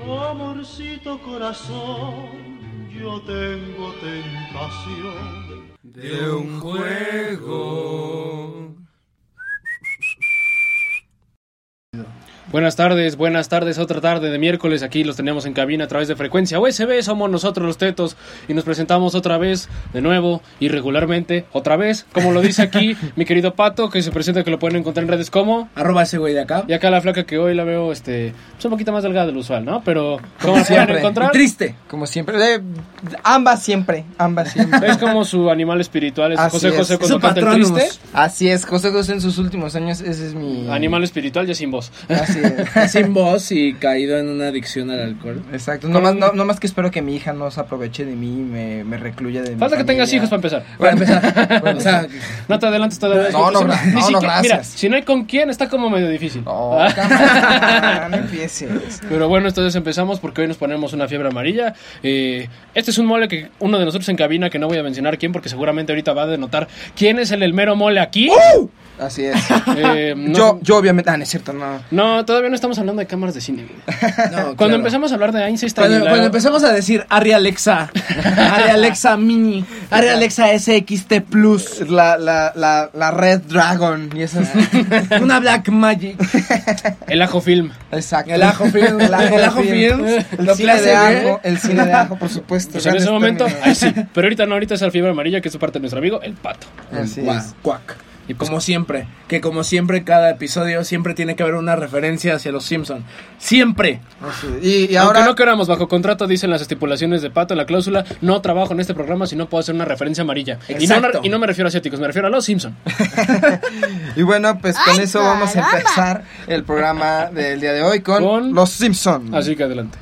Amorcito corazón, yo tengo tentación de un juego. Buenas tardes, otra tarde de miércoles, aquí los tenemos en cabina a través de Frecuencia USB, somos nosotros los Tetos y nos presentamos otra vez, de nuevo, irregularmente, otra vez, como lo dice aquí mi querido Pato, que se presenta, que lo pueden encontrar en redes como ese güey de acá. Y acá la flaca que hoy la veo, pues un poquito más delgada de lo usual, ¿no? Pero, ¿cómo la pueden encontrar? Y triste. Como siempre, ambas siempre. Es como su animal espiritual, es José José cuando canta el triste. Así es, José José en sus últimos años, ese es mi... Animal espiritual ya sin voz. Así es. Sin voz y caído en una adicción al alcohol. Exacto, no más que espero que mi hija no se aproveche de mí y me recluya de mí. Falta que tengas hijos para empezar. O sea, no te adelantes todavía. No, gracias. Mira, si no hay con quién, está como medio difícil. No empieces. Pero bueno, entonces empezamos porque hoy nos ponemos una fiebre amarilla. Este es un mole que uno de nosotros en cabina, que no voy a mencionar quién, porque seguramente ahorita va a denotar quién es el mero mole aquí. Así es. No, yo obviamente... no es cierto, no. No, todavía no estamos hablando de cámaras de cine, güey. No, Cuando empezamos a hablar de Einstein... Cuando empezamos a decir Arri Alexa, Arri Alexa Mini, Arri Alexa SXT Plus, La Red Dragon y esas... una Black Magic, El Ajo Film. Exacto. el Ajo Film, El cine de ajo, el cine de ajo, por supuesto. Pues en ese momento, ahí sí. Pero ahorita no, ahorita es la fiebre amarilla, que es parte de nuestro amigo, el Pato. Así es. Cuac. Y pues, Como siempre, cada episodio siempre tiene que haber una referencia hacia los Simpson. Siempre. Y aunque ahora... no queramos, bajo contrato dicen las estipulaciones de Pato en la cláusula, no trabajo en este programa si no puedo hacer una referencia amarilla. Y no me refiero a asiáticos, me refiero a los Simpson. Y bueno, pues con eso vamos a empezar el programa del día de hoy con los Simpson. Así que adelante.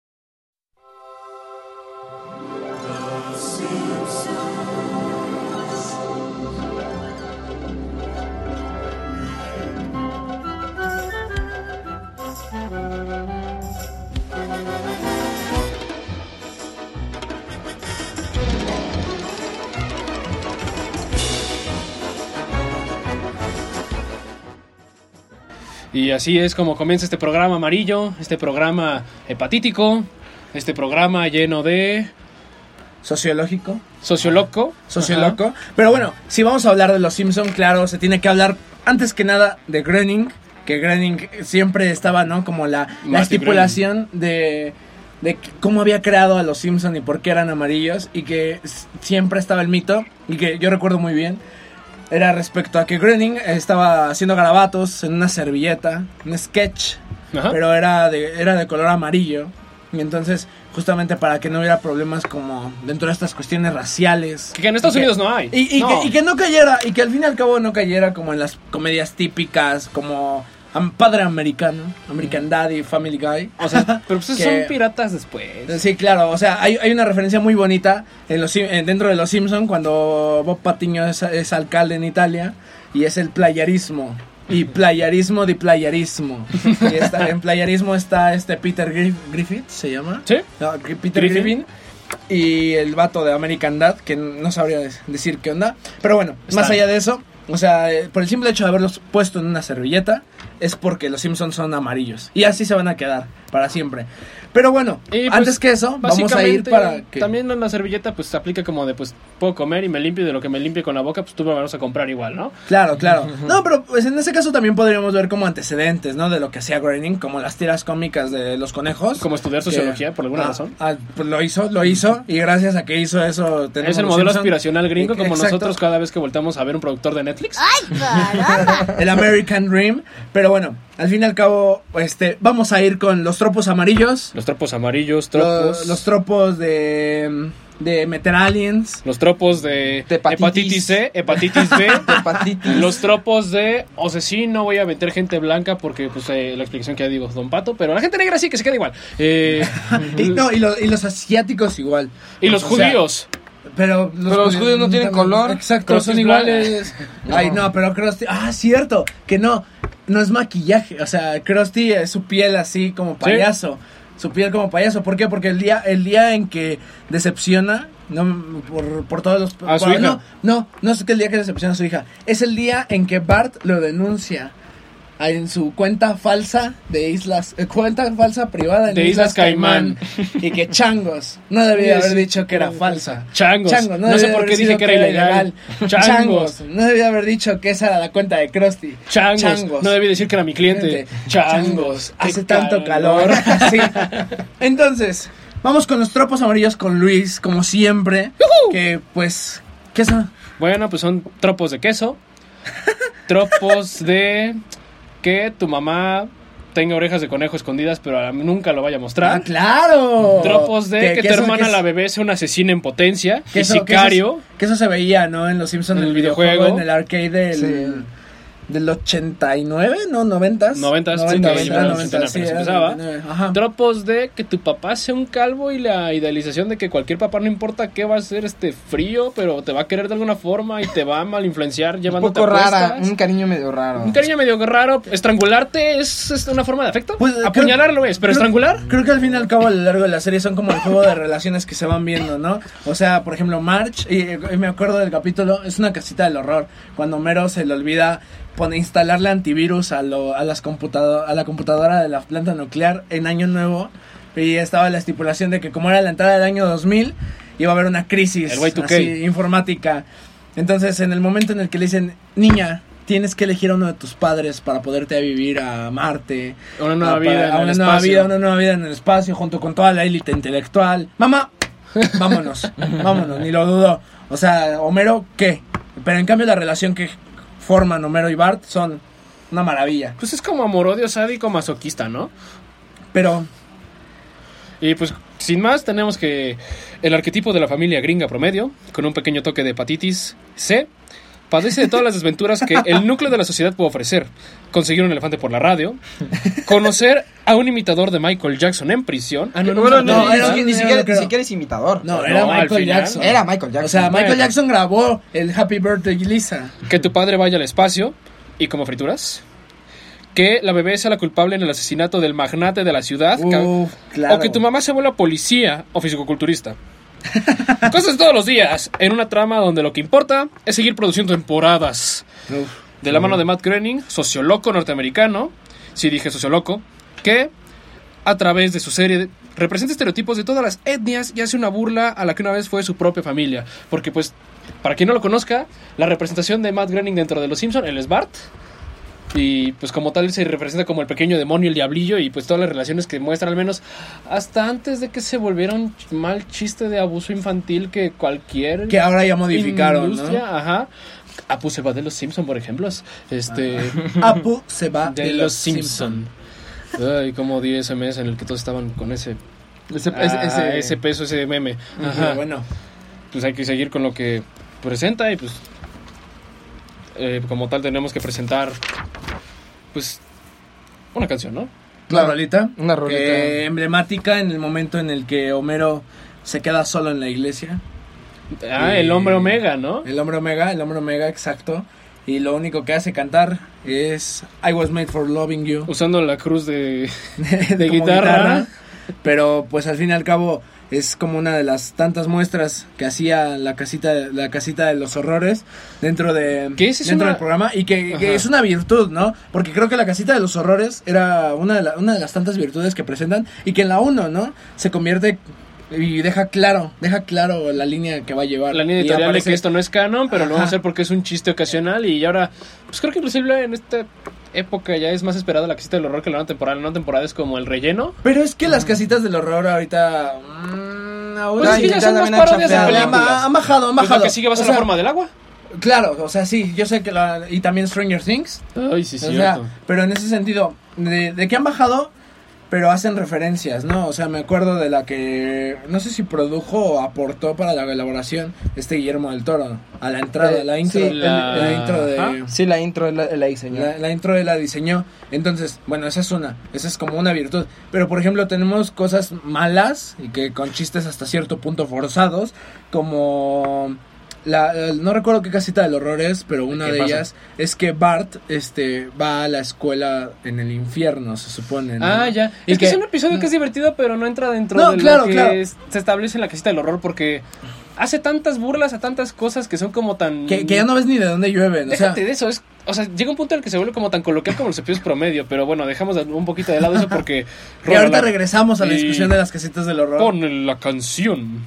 Y así es como comienza este programa amarillo, este programa hepatítico, este programa lleno de... Sociológico. Socioloco. Pero bueno, si vamos a hablar de los Simpson, claro, se tiene que hablar antes que nada de Groening, que Groening siempre estaba, ¿no? Como la estipulación de cómo había creado a los Simpson y por qué eran amarillos, y que siempre estaba el mito, y que yo recuerdo muy bien. Era respecto a que Groening estaba haciendo garabatos en una servilleta, un sketch, pero era de color amarillo. Y entonces, justamente para que no hubiera problemas como dentro de estas cuestiones raciales. Que en Estados Unidos no hay. Y que no cayera, y que al fin y al cabo no cayera como en las comedias típicas, como Padre Americano, American Daddy, Family Guy. O sea, pero pues son piratas después. Sí, claro, o sea, hay una referencia muy bonita dentro de Los Simpson cuando Bob Patiño es alcalde en Italia, y es el playerismo. Y playerismo de playerismo. Y en playerismo está Peter Griffith, ¿se llama? ¿Sí? No, Peter Griffin. Y el vato de American Dad, que no sabría decir qué onda. Pero bueno, más allá de eso, o sea, por el simple hecho de haberlos puesto en una servilleta, es porque los Simpsons son amarillos. Y así se van a quedar para siempre. Pero bueno, pues, antes que eso, vamos a ir para que... También en la servilleta pues se aplica como de pues puedo comer y me limpio, de lo que me limpie con la boca pues tú me vas a comprar igual, ¿no? Claro. No, pero pues en ese caso también podríamos ver como antecedentes, ¿no? De lo que hacía Groening, como las tiras cómicas de los conejos. Como estudiar sociología por alguna razón. Pues lo hizo, y gracias a que hizo eso tenemos... Es el modelo aspiracional gringo, como exacto. Nosotros cada vez que volteamos a ver un productor de Netflix. ¡Ay, caramba! El American Dream. Pero bueno, al fin y al cabo, vamos a ir con los tropos amarillos. Los tropos amarillos, Los tropos de meter aliens. Los tropos de hepatitis C, hepatitis B, los tropos de, o sea, sí, no voy a meter gente blanca porque pues la explicación que ya digo Don Pato, pero la gente negra sí que se queda igual. Y los asiáticos igual. Y los judíos. Pero los judíos no tienen color. Exacto, son iguales. Ay, no, pero Krusty... cierto, que no es maquillaje. O sea, Krusty es su piel así como payaso. ¿Sí? Su piel como payaso. ¿Por qué? Porque el día en que decepciona, no por todos los... ¿A su hija? No es que el día que decepciona a su hija. Es el día en que Bart lo denuncia. en su cuenta falsa de cuenta falsa privada de Islas Caimán. Y que changos, no debía haber dicho que era falsa. Changos, no sé por qué dije que era ilegal. Changos, no debía haber dicho que esa era la cuenta de Krusty. Changos, no debí decir que era mi cliente. Changos, hace tanto calor. Sí. Entonces, vamos con los tropos amarillos con Luis, como siempre. Que pues, ¿qué son? Bueno, pues son tropos de queso. Tropos de que tu mamá tenga orejas de conejo escondidas, pero nunca lo vaya a mostrar. ¡Ah, claro! Tropos de que tu hermana, la bebé, sea una asesina en potencia y sicario. Que eso se veía, ¿no? En los Simpsons, en el videojuego, en el arcade del 89, ¿no? 90s. 90, sí, empezaba. Tropos de que tu papá sea un calvo y la idealización de que cualquier papá, no importa qué, va a ser frío, pero te va a querer de alguna forma y te va a mal influenciar llevándote un poco rara, un cariño medio raro. Estrangularte es una forma de afecto. Pues, apuñalarlo pero estrangular. Creo que al fin y al cabo, a lo largo de la serie son como el juego de relaciones que se van viendo, ¿no? O sea, por ejemplo, Marge, y me acuerdo del capítulo, es una casita del horror, cuando Homero se le olvida instalarle antivirus a la computadora de la planta nuclear en Año Nuevo, y estaba la estipulación de que como era la entrada del año 2000 iba a haber una crisis así, informática. Entonces, en el momento en el que le dicen, niña, tienes que elegir a uno de tus padres para poderte a vivir a Marte, una nueva vida en el espacio junto con toda la élite intelectual, mamá, vámonos, ni lo dudo. O sea, Homero, ¿qué? Pero en cambio la relación que forman Homero y Bart son una maravilla. Pues es como amor-odio sádico masoquista, ¿no? Pero... Y pues, sin más, tenemos que el arquetipo de la familia gringa promedio, con un pequeño toque de hepatitis C, padece de todas las desventuras que el núcleo de la sociedad puede ofrecer. Conseguir un elefante por la radio, conocer a un imitador de Michael Jackson en prisión. Ni siquiera es imitador. No, era Michael Jackson. Era Michael Jackson. O sea, Michael Jackson grabó el Happy Birthday Lisa. Que tu padre vaya al espacio y como frituras. Que la bebé sea la culpable en el asesinato del magnate de la ciudad. Claro. O que tu mamá se vuelva policía o fisicoculturista. Cosas todos los días en una trama donde lo que importa es seguir produciendo temporadas. De la mano de Matt Groening, socioloco norteamericano, sí dije socioloco, que a través de su serie representa estereotipos de todas las etnias y hace una burla a la que una vez fue su propia familia. Porque pues, para quien no lo conozca, la representación de Matt Groening dentro de Los Simpson, él es Bart. Y pues como tal se representa como el pequeño demonio, el diablillo, y pues todas las relaciones que muestran, al menos hasta antes de que se volviera un mal chiste de abuso infantil que cualquier... Que ahora ya modificaron, industria, ¿no? Ajá. Apu se va de Los Simpson, por ejemplo. Apu se va de Los Simpson. Ay, como di ese mes en el que todos estaban con ese peso, ese meme. Ajá. Bueno, pues hay que seguir con lo que presenta y pues... como tal tenemos que presentar pues una canción, ¿no? Una rolita emblemática en el momento en el que Homero se queda solo en la iglesia. El hombre omega, ¿no? El hombre omega, exacto. Y lo único que hace cantar es I was made for loving you, usando la cruz de guitarra. Pero pues al fin y al cabo es como una de las tantas muestras que hacía la casita de los horrores dentro del programa, y que es una virtud, ¿no? Porque creo que la casita de los horrores era una de las tantas virtudes que presentan, y que en la 1, ¿no? Se convierte y deja claro la línea que va a llevar. La línea editorial de que esto no es canon, pero lo vamos a hacer porque es un chiste ocasional. Y ahora, pues creo que inclusive en esta época ya es más esperada la casita del horror que la nueva temporada. La nueva temporada es como el relleno. Pero es que las casitas del horror ahorita... pues es que ya son más parodias de películas. Han bajado. Pues lo que sigue va a ser la forma del agua. Claro, o sea, sí, yo sé que y también Stranger Things. Ay, sí, cierto. Sea, pero en ese sentido, de que han bajado, pero hacen referencias, ¿no? O sea, me acuerdo de la que no sé si produjo o aportó para la elaboración Guillermo del Toro, a la entrada, la intro, la intro de... Sí, la intro la diseñó. La intro la diseñó. Entonces, bueno, esa es como una virtud. Pero, por ejemplo, tenemos cosas malas y que con chistes hasta cierto punto forzados, como no recuerdo qué casita del horror es, pero una de ellas es que Bart va a la escuela en el infierno, se supone, ¿no? Ah, ya. Y es que es un episodio que es divertido, pero no entra dentro de lo que se establece en la casita del horror, porque hace tantas burlas a tantas cosas que son como tan... Que ya no ves ni de dónde llueven. Déjate de eso, o sea, llega un punto en el que se vuelve como tan coloquial como los episodios promedio, pero bueno, dejamos un poquito de lado eso porque... Y ahorita regresamos a la discusión de las casitas del horror. Pon la canción.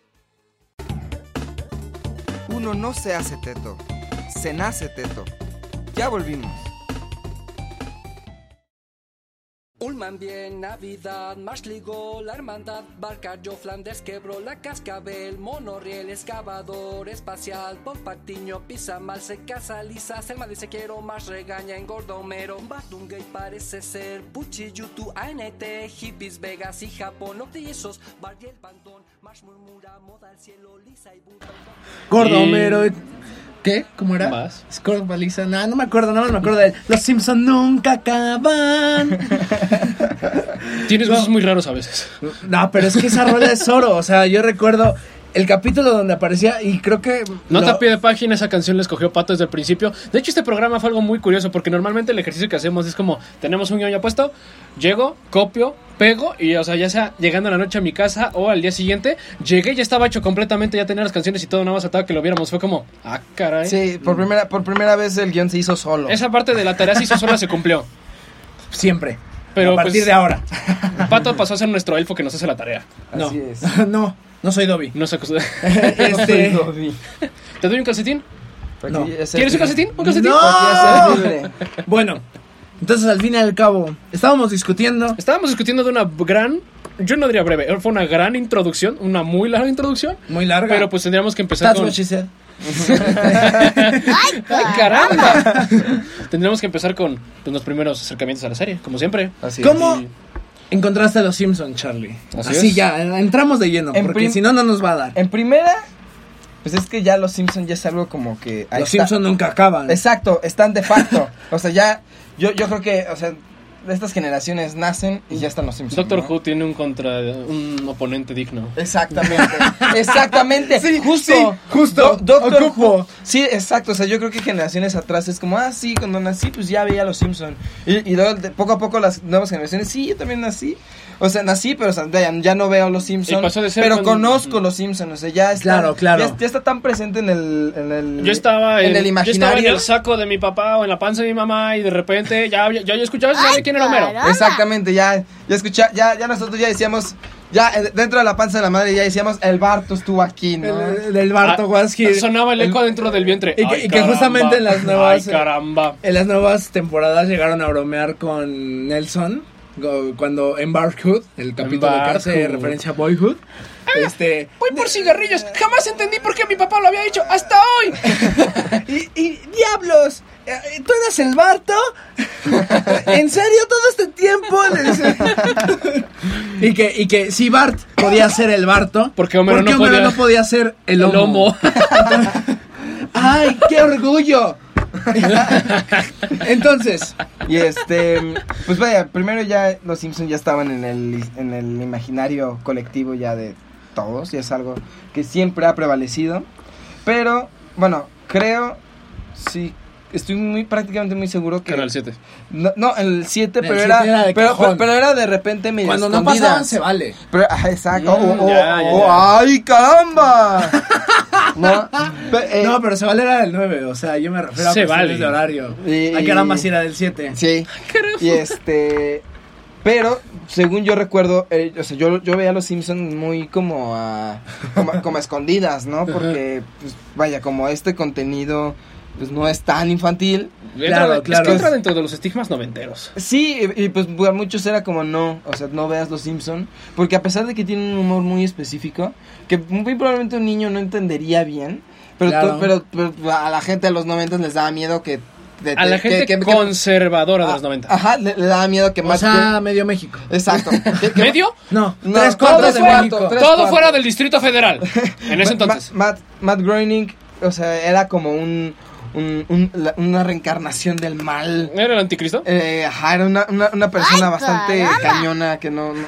Uno no se hace teto, se nace teto. Ya volvimos. Ullman bien, Navidad, Marshligo, la Hermandad, Barcayo, Flanders, Quebro, la Cascabel, Monorriel, Excavador, Espacial, Paul Patiño, Pisa Mal, se casa Lisa, Selma dice quiero más, regaña, engorda Homero, Batungay parece ser, Puchi, YouTube, ANT, Hippies, Vegas y Japón, Octillizos, Barriel, Bandón, Marsh murmura, Moda al cielo, Lisa y Buda. Gordo Homero. ¿Qué? ¿Cómo era? ¿Más? Score Baliza. No me acuerdo, no me acuerdo de él. Los Simpson nunca acaban. Tienes gustos muy raros a veces. No, pero es que esa rola es oro. O sea, yo recuerdo el capítulo donde aparecía y creo que... Nota a pie de página, esa canción la escogió Pato desde el principio. De hecho, este programa fue algo muy curioso porque normalmente el ejercicio que hacemos es como, tenemos un ñoño puesto, llego, copio, pego y, o sea, ya sea llegando a la noche a mi casa o al día siguiente, llegué y ya estaba hecho completamente, ya tenía las canciones y todo, nada más faltaba que lo viéramos. Fue como, caray. Sí, por primera vez el guión se hizo solo. Esa parte de la tarea se hizo sola, se cumplió. Siempre. Pero a partir pues, de ahora. Pato pasó a ser nuestro elfo que nos hace la tarea. No. Así es. No soy Dobby. No sé. Este... ¿Te doy un calcetín? No. ¿Quieres un calcetín? ¿Un calcetín? ¡No! Bueno, entonces al fin y al cabo, estábamos discutiendo de una gran, yo no diría breve, fue una gran introducción, una muy larga introducción. Muy larga. Pero pues tendríamos que empezar That's con... what she said. ¡Ay, caramba! Tendríamos que empezar con los primeros acercamientos a la serie, como siempre. Así ¿Cómo es. encontraste a los Simpsons, Charlie? Así es. Ya, entramos de lleno, porque si no, no nos va a dar. En primera, pues es que ya los Simpsons ya es algo como que... Los Simpsons nunca acaban. Exacto, están de facto. O sea, ya, yo creo que, o sea, estas generaciones nacen y ya están los Simpsons. Doctor ¿no? Who tiene un oponente digno. Exactamente. Sí, justo. Doctor Who. Sí, exacto. O sea, yo creo que generaciones atrás es como, sí, cuando nací, pues ya veía los Simpsons. Y luego, poco a poco, las nuevas generaciones, sí, yo también nací. O sea, nací, pero o sea, ya no veo los Simpsons. Pero conozco los Simpsons. O sea, ya está. Claro. Ya está tan presente en el Yo estaba en el imaginario. Yo estaba en el saco de mi papá o en la panza de mi mamá y de repente ya escuchaba eso de quién era Homero. Exactamente, ya nosotros ya decíamos, ya dentro de la panza de la madre ya decíamos, el Barto estuvo aquí, ¿no? El Barto Waski. Sonaba el eco dentro del vientre. Y que justamente en las nuevas... ¡Ay, caramba! En las nuevas temporadas llegaron a bromear con Nelson, cuando en Barkhood, el capítulo que hace referencia a Boyhood. Voy por cigarrillos. Jamás entendí por qué mi papá lo había hecho hasta hoy. y diablos, ¿tú eras el Barto? ¿En serio todo este tiempo? y que si Bart podía ser el Barto, porque Homero no podía ser el Homo. ¡Ay, qué orgullo! Entonces, y pues vaya, primero ya los Simpsons ya estaban en el imaginario colectivo ya de todos, y es algo que siempre ha prevalecido. Pero bueno, creo, sí, estoy prácticamente muy seguro que Canal 7. No, el 7, pero 7 era de pero cajón. Era de repente medio cuando no escondidas. pasaban se vale. Pero, exacto. Ya. ¡Ay, caramba! No, no, pero se vale era del 9, o sea, yo me refiero a cuestiones de horario. Ay, caramba, si era del 7. Sí. Y pero según yo recuerdo, o sea, yo veía a los Simpsons muy como a escondidas, ¿no? Porque pues vaya, como este contenido pues no es tan infantil. Claro. Es que entra dentro de los estigmas noventeros. Sí, y pues para muchos era como no, o sea, no veas los Simpson, porque a pesar de que tienen un humor muy específico, que muy probablemente un niño no entendería bien, pero, pero a la gente de los 90 les daba miedo que... a la gente conservadora de los 90. Ajá, le daba miedo que más... O sea, medio México. Exacto. ¿Medio? No, 3/4 de México. Todo fuera del Distrito Federal. En ese entonces. Matt Groening, o sea, era como una reencarnación del mal. ¿Era el anticristo? Ajá, era una persona bastante cañona que no,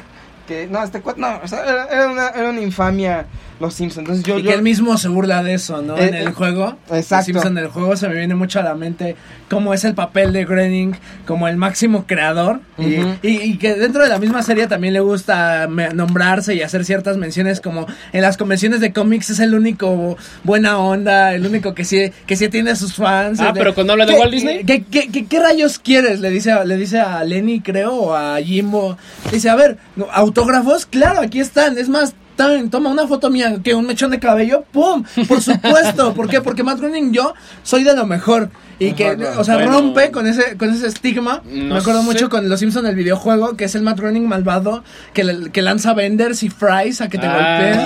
o sea, era una infamia los Simpsons. Entonces que él mismo se burla de eso, ¿no? En el juego. Exacto. Los Simpsons en el juego se me viene mucho a la mente cómo es el papel de Groening como el máximo creador. Uh-huh. y que dentro de la misma serie también le gusta nombrarse y hacer ciertas menciones, como en las convenciones de cómics es el único buena onda, el único que sí tiene a sus fans. Pero cuando habla de Walt Disney. ¿Qué rayos quieres? Le dice a Lenny, creo, o a Jimbo. Dice, a ver, autógrafos, claro, aquí están. Es más, toma una foto mía, que un mechón de cabello, ¡pum! Por supuesto. ¿Por qué? Porque Matt Groening, yo soy de lo mejor. Y que, o sea, Bueno. rompe con ese estigma. No Me acuerdo sé. mucho con Los Simpsons, el videojuego, que es el Matt Groening malvado que lanza Benders y Fries a que te golpeen.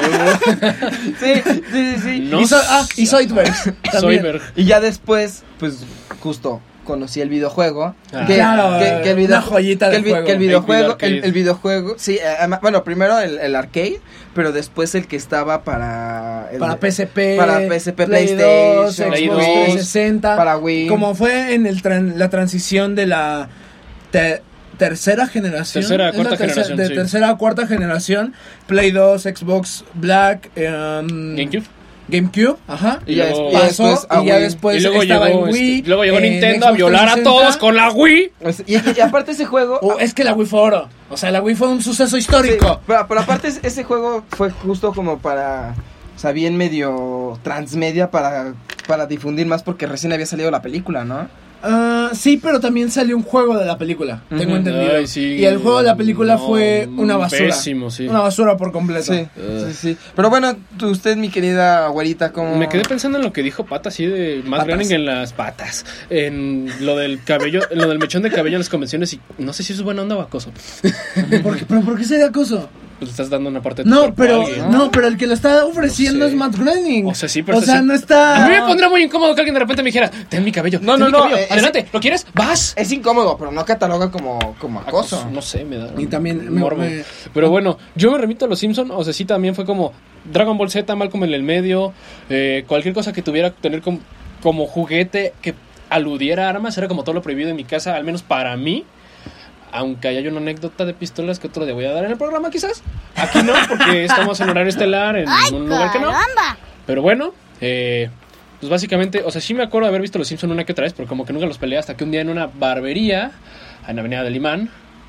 Sí. No Y Zoidberg también. Zoidberg. Y ya después, pues, justo conocí el videojuego. Ah. Claro, una joyita que de el, juego. que el videojuego, Arcade. el videojuego, sí, bueno, primero el arcade, pero después el que estaba para Para PSP, para PSP, Play 2, PlayStation, Play Xbox 2, 360, para Wii. Como fue en la transición de la tercera generación. Cuarta sí. Tercera a cuarta generación. Play 2, Xbox Black, GameCube, ajá. Y ya luego- después a y ya Wii. después y luego estaba llegó, en Wii. luego llegó en Nintendo a Xbox violar a 360. todos con la Wii. Y aparte ese juego... Es que la Wii fue oro. O sea, la Wii fue un suceso sí, histórico. pero aparte ese juego fue justo como para... O sea, bien medio transmedia para difundir más porque recién había salido la película, ¿no? Sí, pero también salió un juego de la película, tengo entendido. Ay, sí. Y el juego de la película No, fue una basura. pésimo, sí. Una basura por completo. Sí. Pero bueno, usted, mi querida güerita, ¿cómo...? Me quedé pensando en lo que dijo Pata, así de Matt Patas. Groening en las patas, en lo del cabello, en lo del mechón de cabello en las convenciones, y no sé si eso es buena onda o acoso. ¿Pero por qué sería acoso? Pues le estás dando una parte de tu cuerpo a alguien. pero el que lo está ofreciendo No sé. es Matt Groening. O sea, sí, pero o sea, sí. no A está. mí me pondría muy incómodo que alguien de repente me dijera, ten mi cabello, No, ten mi no, cabello, es- adelante, ¿lo quieres? ¡Vas! Es incómodo, pero no cataloga como acoso. No sé, me da Y también morbo. Pero bueno, yo me remito a los Simpsons, o sea, sí también fue como Dragon Ball Z, Malcolm en el medio, cualquier cosa que tuviera que tener como juguete que aludiera a armas, era como todo lo prohibido en mi casa, al menos para mí. Aunque hay una anécdota de pistolas que otro día voy a dar en el programa, quizás. Aquí no, porque estamos en horario estelar, en un lugar que no. Pero bueno, pues básicamente, o sea, sí me acuerdo de haber visto Los Simpsons una que otra vez, pero como que nunca los peleé hasta que un día en una barbería, en la avenida del Imán,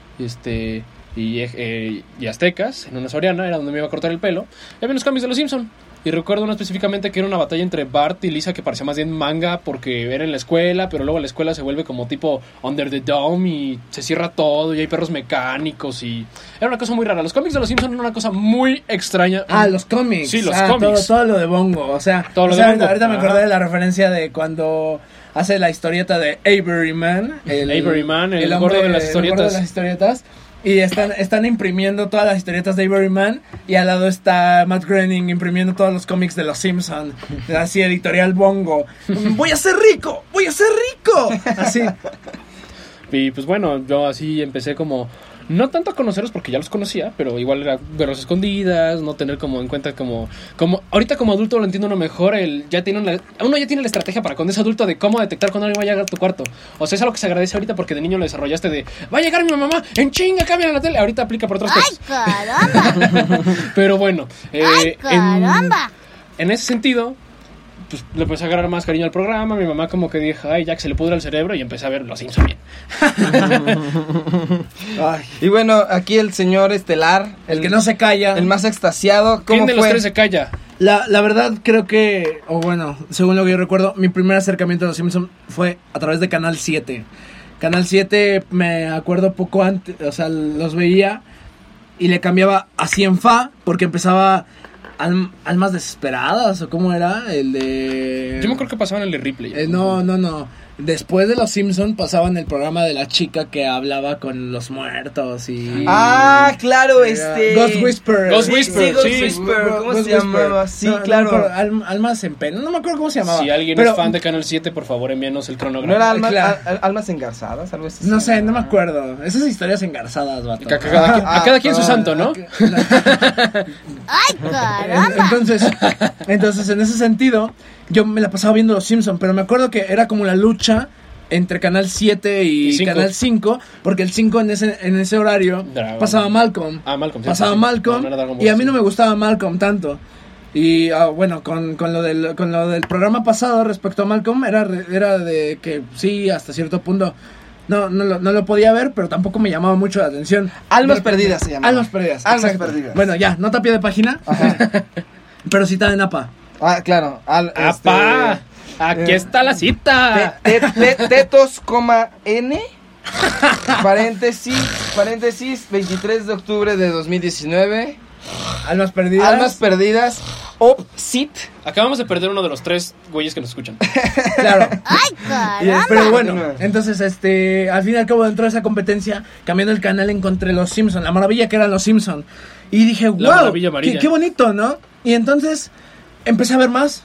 y Aztecas, en una Soriana, era donde me iba a cortar el pelo, y había unos cómics de Los Simpsons. Y recuerdo uno específicamente que era una batalla entre Bart y Lisa que parecía más bien manga porque era en la escuela, pero luego la escuela se vuelve como tipo Under the Dome y se cierra todo y hay perros mecánicos y... Era una cosa muy rara. Los cómics de Los Simpsons eran una cosa muy extraña. Los cómics. Sí, los cómics. Todo lo de Bongo. O sea, ahorita me acordé de la referencia de cuando hace la historieta de Avery Man. Avery Man, el gordo de las historietas. El gordo de las historietas. Y están imprimiendo todas las historietas de Avery Man. Y al lado está Matt Groening imprimiendo todos los cómics de Los Simpsons. Así, editorial Bongo. ¡Voy a ser rico! ¡Voy a ser rico! Así. Y pues bueno, yo así empecé como... No tanto a conocerlos porque ya los conocía, pero igual era verlos escondidas, no tener como en cuenta como ahorita como adulto lo entiendo uno mejor, uno ya tiene la estrategia para cuando es adulto de cómo detectar cuando alguien va a llegar a tu cuarto. O sea, es algo que se agradece ahorita porque de niño lo desarrollaste de, va a llegar mi mamá, en chinga, cambia la tele. Ahorita aplica por otras cosas. caramba! Pero bueno, ¡Ay, caramba! en ese sentido, pues le empecé a agarrar más cariño al programa. Mi mamá como que dijo, ay, ya que se le pudra el cerebro, y empecé a ver Los Simpsons bien. Ay, Y bueno, aquí el señor estelar, el que no se calla. el más extasiado, ¿Quién ¿cómo de los fue? tres se calla? La verdad creo que, o bueno, según lo que yo recuerdo, mi primer acercamiento a Los Simpsons fue a través de Canal 7. Canal 7 me acuerdo poco antes, o sea, los veía y le cambiaba a Cienfa porque empezaba Almas Desesperadas o cómo era, el de... Yo me acuerdo que pasaban el de Ripley. No. Después de Los Simpsons pasaban el programa de la chica que hablaba con los muertos y... Ah, claro, Ghost Whisperer. Ghost Sí, Whisperer, sí, Ghost sí. Whisperer, ¿cómo Ghost se llamaba? Whisperer. Sí, No, claro. no me acuerdo, Almas en pena, no me acuerdo cómo se llamaba. Si alguien pero, es fan de Canal 7, por favor envíanos el ¿No cronograma. era almas, Claro. almas engarzadas? Algo así. No sé, no me acuerdo. Esas historias engarzadas, vato. A cada quien su santo, ¿no? ¡Ay, caramba! Entonces, en ese sentido, yo me la pasaba viendo Los Simpsons, pero me acuerdo que era como la lucha entre Canal 7 y cinco. Canal 5, porque el 5 en ese horario Dragon. pasaba Malcolm. Ah, Malcolm. sí, Pasaba sí, sí. Malcolm No era Dragon Ball, y a mí sí. no me gustaba Malcolm tanto. Y bueno, con lo del programa pasado respecto a Malcolm era de que sí, hasta cierto punto no lo podía ver, pero tampoco me llamaba mucho la atención. Almas perdidas se llama. Almas perdidas. Almas exacto. perdidas. Bueno, ya, nota a pie de página. Pero citada en APA. Ah, claro. ¡Apá! Aquí está la cita. Tetos, N. paréntesis, 23 de octubre de 2019. Almas perdidas. Almas perdidas. Opsit. Acabamos de perder uno de los 3 güeyes que nos escuchan. Claro. ¡Ay, caramba! Pero bueno, entonces, al fin y al cabo, dentro de esa competencia, cambiando el canal, encontré Los Simpson, la maravilla que eran Los Simpson. Y dije, wow, qué bonito, ¿no? Y entonces empecé a ver más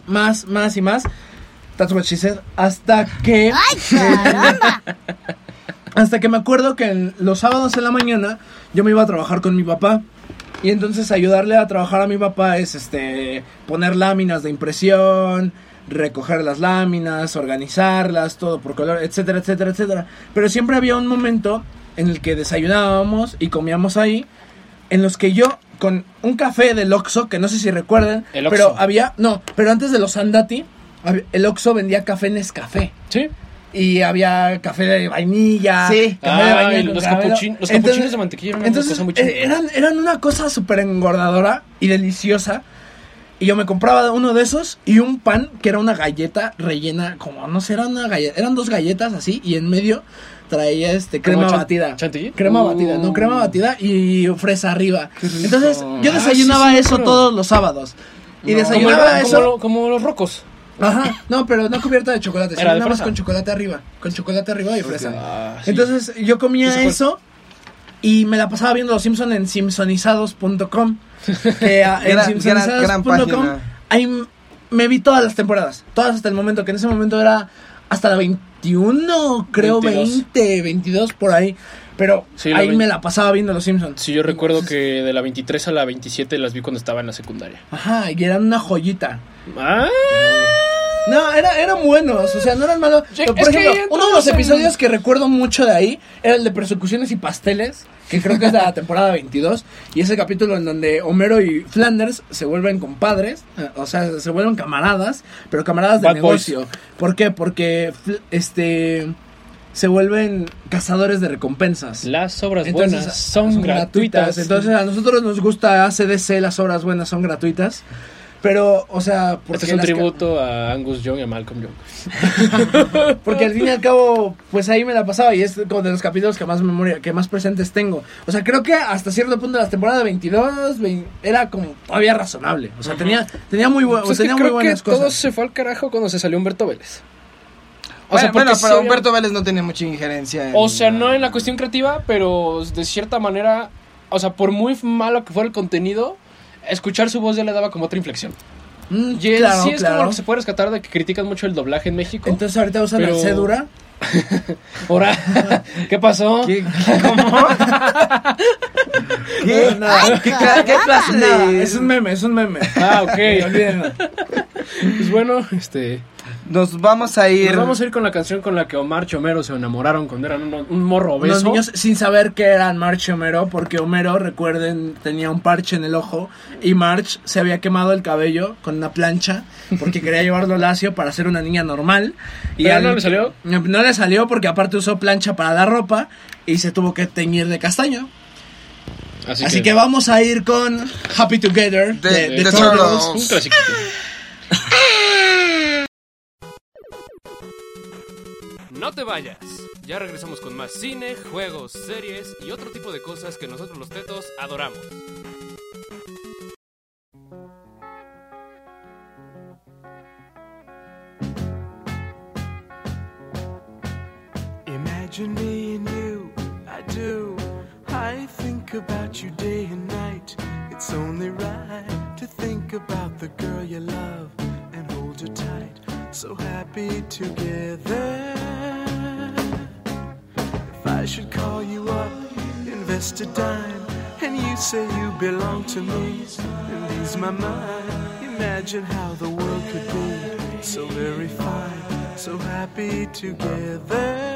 y más. That's what she said. Hasta que... ¡Ay, caramba! Hasta que me acuerdo que los sábados en la mañana yo me iba a trabajar con mi papá. Y entonces ayudarle a trabajar a mi papá es poner láminas de impresión, recoger las láminas, organizarlas, todo por color, etcétera, etcétera, etcétera. Pero siempre había un momento en el que desayunábamos y comíamos ahí, en los que yo, con un café del Oxxo, que no sé si recuerdan, pero pero antes de los Andati, el Oxxo vendía café Nescafé. Sí. Y había café de vainilla. Sí. Café de vainilla. Los capuchinos de mantequilla eran una cosa muy chida. Eran una cosa súper engordadora y deliciosa. Y yo me compraba uno de esos y un pan que era una galleta rellena, como no sé, era una galleta, eran 2 galletas así y en medio traía crema batida. ¿Chantilly? Crema batida y fresa arriba. Entonces yo desayunaba eso todos los sábados. Y desayunaba eso como los rocos. Ajá, no, pero no cubierta de chocolate, sino nada más con chocolate arriba y fresa. Entonces yo comía eso y me la pasaba viendo Los Simpson en simpsonizados.com. En simpsonizados.com ahí me vi todas las temporadas, todas hasta el momento, que en ese momento era hasta la 21, creo, 22 por ahí. Pero sí, ahí me la pasaba viendo Los Simpsons. Sí, yo recuerdo que de la 23 a la 27 las vi cuando estaba en la secundaria. Ajá, y eran una joyita. Ah. No, eran buenos, o sea, no eran malos. Sí, por ejemplo, uno de los episodios que recuerdo mucho de ahí era el de Persecuciones y Pasteles, que creo que es de la temporada 22, y ese capítulo en donde Homero y Flanders se vuelven compadres, o sea, se vuelven camaradas, pero camaradas de Bad negocio. Boys. ¿Por qué? Porque se vuelven cazadores de recompensas. Las obras buenas son gratuitas. Entonces a nosotros nos gusta ACDC, las obras buenas son gratuitas. Pero, o sea... Este es un tributo a Angus Young y a Malcolm Young. Porque al fin y al cabo, pues ahí me la pasaba. Y es como de los capítulos que más presentes tengo. O sea, creo que hasta cierto punto de la temporada 22 era como todavía razonable. O sea, tenía muy, pues tenía muy buenas cosas. Todo se fue al carajo cuando se salió Humberto Vélez. Bueno, pero Humberto Vélez no tenía mucha injerencia. O sea, no en la cuestión creativa, pero de cierta manera, o sea, por muy malo que fuera el contenido, escuchar su voz ya le daba como otra inflexión. Y claro, sí es como lo que se puede rescatar de que critican mucho el doblaje en México. Entonces ahorita usan el Cedura. Ahora, ¿qué pasó? ¿Cómo? ¿Qué? ¿Qué clase de...? Es un meme. Ah, ok. Olvídenlo. Pues bueno, Nos vamos a ir con la canción con la que March y Homero se enamoraron cuando eran un morro obeso. Los niños sin saber que eran March y Homero, porque Homero, recuerden, tenía un parche en el ojo y March se había quemado el cabello con una plancha porque quería llevarlo lacio para ser una niña normal. Y ¿pero no le salió? No le salió porque aparte usó plancha para la ropa y se tuvo que teñir de castaño. Así que vamos a ir con Happy Together de Turtles. Un clásico. No te vayas, ya regresamos con más cine, juegos, series y otro tipo de cosas que nosotros los tetos adoramos. Imagine me and you, I do. I think about you day and night. It's only right to think about the girl you love and hold her tight. So happy together. If I should call you up, invest a dime, and you say you belong to me, and ease my mind. Imagine how the world could be so very fine, so happy together.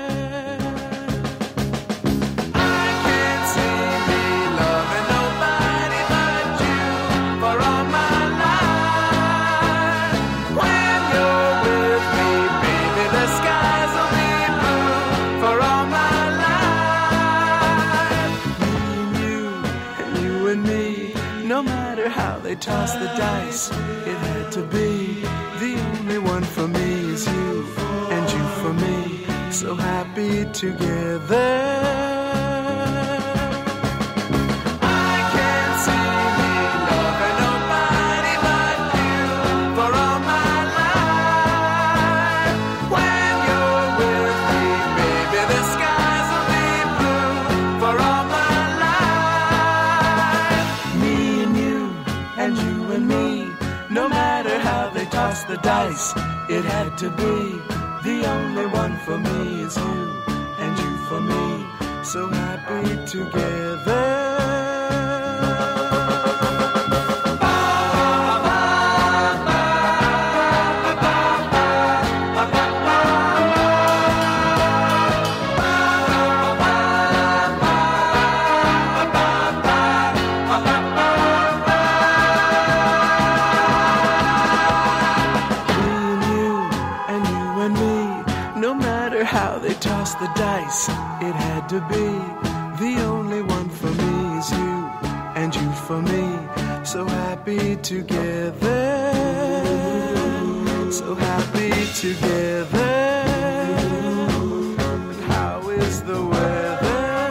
They toss the dice, it had to be. The only one for me is you, and you for me, so happy together. I can't see me loving nobody they toss the dice, it had to be. The only one for me is you, and you for me, so happy together. The dice, it had to be. The only one for me is you, and you for me, so happy together, so happy together. How is the weather?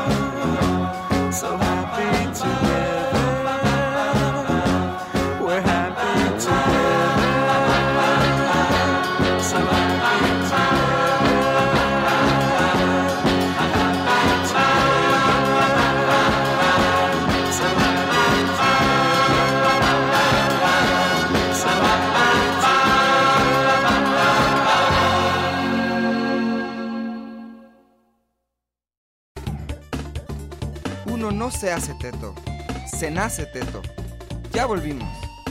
So happy together, we're happy together, so happy together. Uno no se hace teto, se nace teto. Ya volvimos.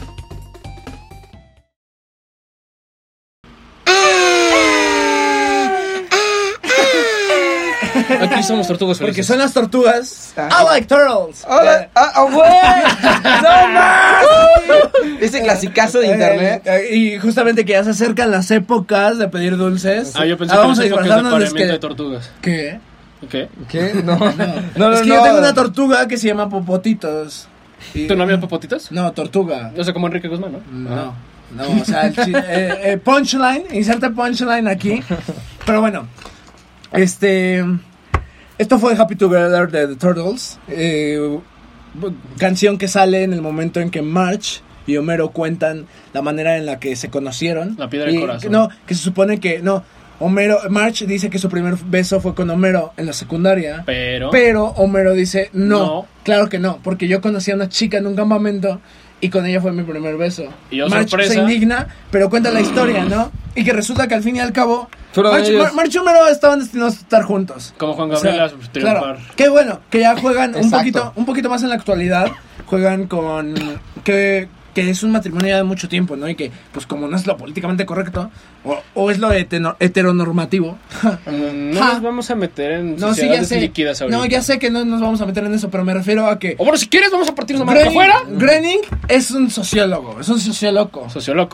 Aquí somos tortugas felices. Porque son las tortugas. I like turtles. ¡Hola! ¡Güey! ¡No más! Ese clasicazo de internet. Y justamente que ya se acercan las épocas de pedir dulces. Yo pensé vamos a que es disfrazarnos de apareamiento de tortugas. ¿Qué? ¿Qué? ¿Qué? No. Es que yo tengo una tortuga que se llama Popotitos. ¿Tú no habías Popotitos? No, tortuga. Yo sé como Enrique Guzmán, ¿no? No, o sea, punchline, inserte punchline aquí. Pero bueno, esto fue Happy Together de The Turtles, canción que sale en el momento en que Marge y Homero cuentan la manera en la que se conocieron. La piedra del corazón. No, que se supone que Marge dice que su primer beso fue con Homero en la secundaria. Pero Homero dice no, claro que no, porque yo conocí a una chica en un campamento y con ella fue mi primer beso. Y yo, Marge sorpresa, se indigna, pero cuenta la historia, ¿no? Y que resulta que al fin y al cabo Marge y Homero estaban destinados a estar juntos. Como Juan Gabriel, triunfar. Claro, qué bueno, que ya juegan Exacto. un poquito más en la actualidad. Juegan con que es un matrimonio ya de mucho tiempo, ¿no? Y que, pues como no es lo políticamente correcto, o es lo heteronormativo. No nos vamos a meter en sociedades líquidas ahorita. No, ya sé que no nos vamos a meter en eso, pero me refiero a que... O bueno, si quieres vamos a partirnos más afuera. Groening es un sociólogo, Sociólogo.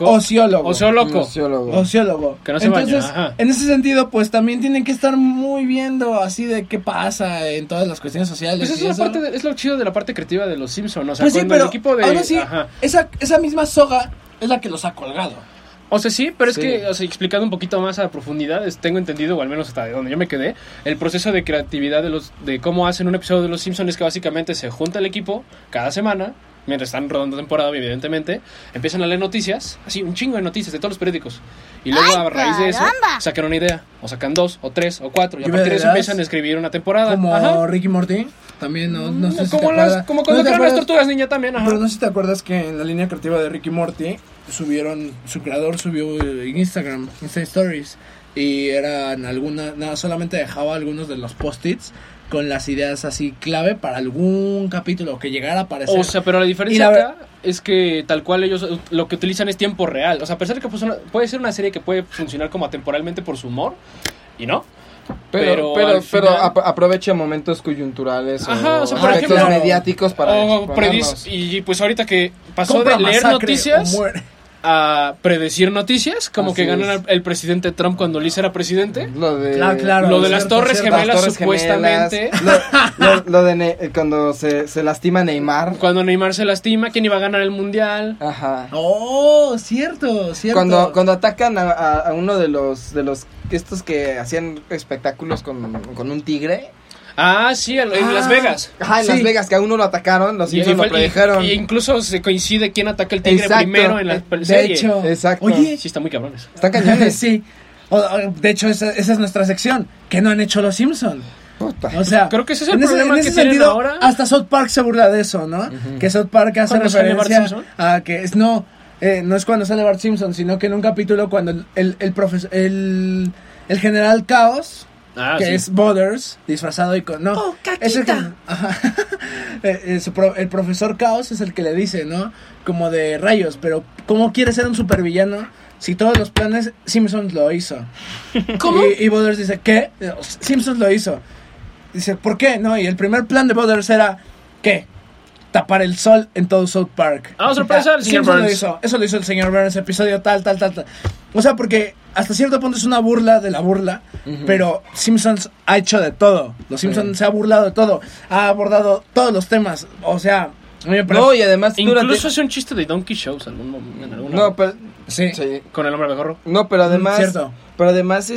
Que no se Entonces, baña. en ese sentido, pues también tienen que estar muy viendo así de qué pasa en todas las cuestiones sociales. Pues es lo chido de la parte creativa de los Simpsons. O sea, pues sí, cuando pero el equipo de... aún así, esa misma soga es la que los ha colgado. O sea, sí, pero es que, o sea, explicando un poquito más a profundidad, tengo entendido, o al menos hasta de donde yo me quedé, el proceso de creatividad de cómo hacen un episodio de Los Simpsons es que básicamente se junta el equipo cada semana, mientras están rodando temporada, evidentemente, empiezan a leer noticias, así, un chingo de noticias de todos los periódicos, y luego a raíz de eso, sacan una idea, o sacan 2, o 3, o 4, y a partir de eso empiezan a escribir una temporada. Como Ricky Morty, también, no sé si como te acuerdas. como cuando crean las tortugas ninja también, Pero no sé si te acuerdas que en la línea creativa de Ricky Morty, su creador subió en Instagram, Insta Stories, y eran solamente dejaba algunos de los post-its con las ideas así clave para algún capítulo que llegara a aparecer. O sea, pero la diferencia acá es que tal cual ellos lo que utilizan es tiempo real. O sea, a pesar de que puede ser una serie que puede funcionar como atemporalmente por su humor, y no. Pero aprovecha momentos coyunturales o sea, por ejemplo, mediáticos para y pues ahorita que pasó de leer noticias a predecir noticias, como así que ganan el presidente Trump cuando Liz era presidente. Lo de las Torres Gemelas, supuestamente. Lo de cuando se lastima Neymar. Cuando Neymar se lastima, ¿quién iba a ganar el mundial? Ajá. Oh, cierto. Cuando atacan a uno de los estos que hacían espectáculos con un tigre. Ah, sí, en Las Vegas. Ajá, en Las Vegas, que a uno lo atacaron, los Simpsons lo predijeron. Y incluso se coincide quién ataca el tigre primero en la serie. De hecho. Exacto. Oye. Sí, están muy cabrones. Están cañones. Sí. De hecho, esa es nuestra sección. ¿Qué no han hecho los Simpsons? Puta. O sea, creo que ese es el problema en ese que tienen sentido, ahora. Hasta South Park se burla de eso, ¿no? Que South Park hace referencia a que no es cuando sale Bart Simpson, sino que en un capítulo cuando el general Caos, que sí. es Butters, disfrazado y con... No, ¡Oh, es el, caquita! el profesor Caos es el que le dice, ¿no? Como de rayos, pero ¿cómo quiere ser un supervillano si todos los planes Simpsons lo hizo? ¿Cómo? Y Butters dice, ¿qué? Simpsons lo hizo. Dice, ¿por qué? No, y el primer plan de Butters era, ¿qué? Tapar el sol en todo South Park. Ah, sorpresa, el señor Simpsons Burns. lo hizo. Eso lo hizo el señor Burns, episodio tal. O sea, porque hasta cierto punto es una burla de la burla, pero Simpsons ha hecho de todo. Los Simpsons se ha burlado de todo. Ha abordado todos los temas. O sea, a mí me parece... No, y además Incluso hace un chiste de Donkey Shows en alguna... No, pero... Sí. Con el hombre de gorro. No, pero además... Cierto. Pero además,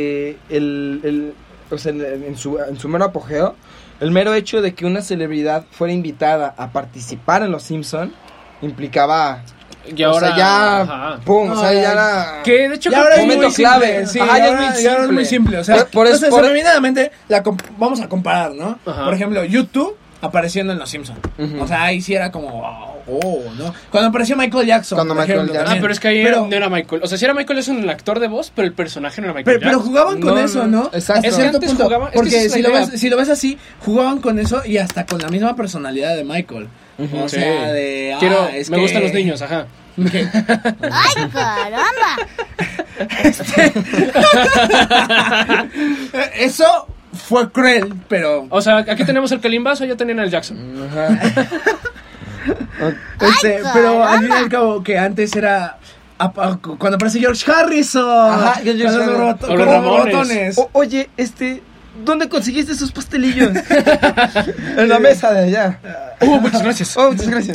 o sea, en su mero apogeo, el mero hecho de que una celebridad fuera invitada a participar en Los Simpson implicaba... Y ahora... O sea, ya... Ajá. ¡Pum! O sea, ya era... Que de hecho Y ahora es momento muy clave. simple, sí, Ajá, ya es muy ahora es muy simple. O sea, Por eso- entonces, por- femenidamente, vamos a comparar, ¿no? Ajá. Por ejemplo, YouTube apareciendo en Los Simpsons. O sea, ahí sí era como, ¿no? Cuando apareció Michael Jackson. Cuando por Michael ejemplo, Jackson. también. Pero es que ahí Pero- no era Michael. O sea, si era Michael es un actor de voz, pero el personaje no era Michael Pero Jackson. jugaban con No, eso, no, ¿no? exacto. A Es que cierto antes punto, jugaban- es que porque esa es la idea. si lo ves así, jugaban con eso y hasta con la misma personalidad de Michael. O Sí. sea, de... Me gustan los niños, ajá. ¡Ay, caramba! Eso fue cruel, pero... O sea, aquí tenemos el Calimbazo, ya tenían el Jackson. Pero al fin y al cabo que antes era cuando aparece George Harrison. Ajá, George con los Harrison. robot- O con los los Ramones. botones. Oye, ¿dónde conseguiste esos pastelillos? En la mesa de allá. Muchas gracias. Oh, muchas gracias.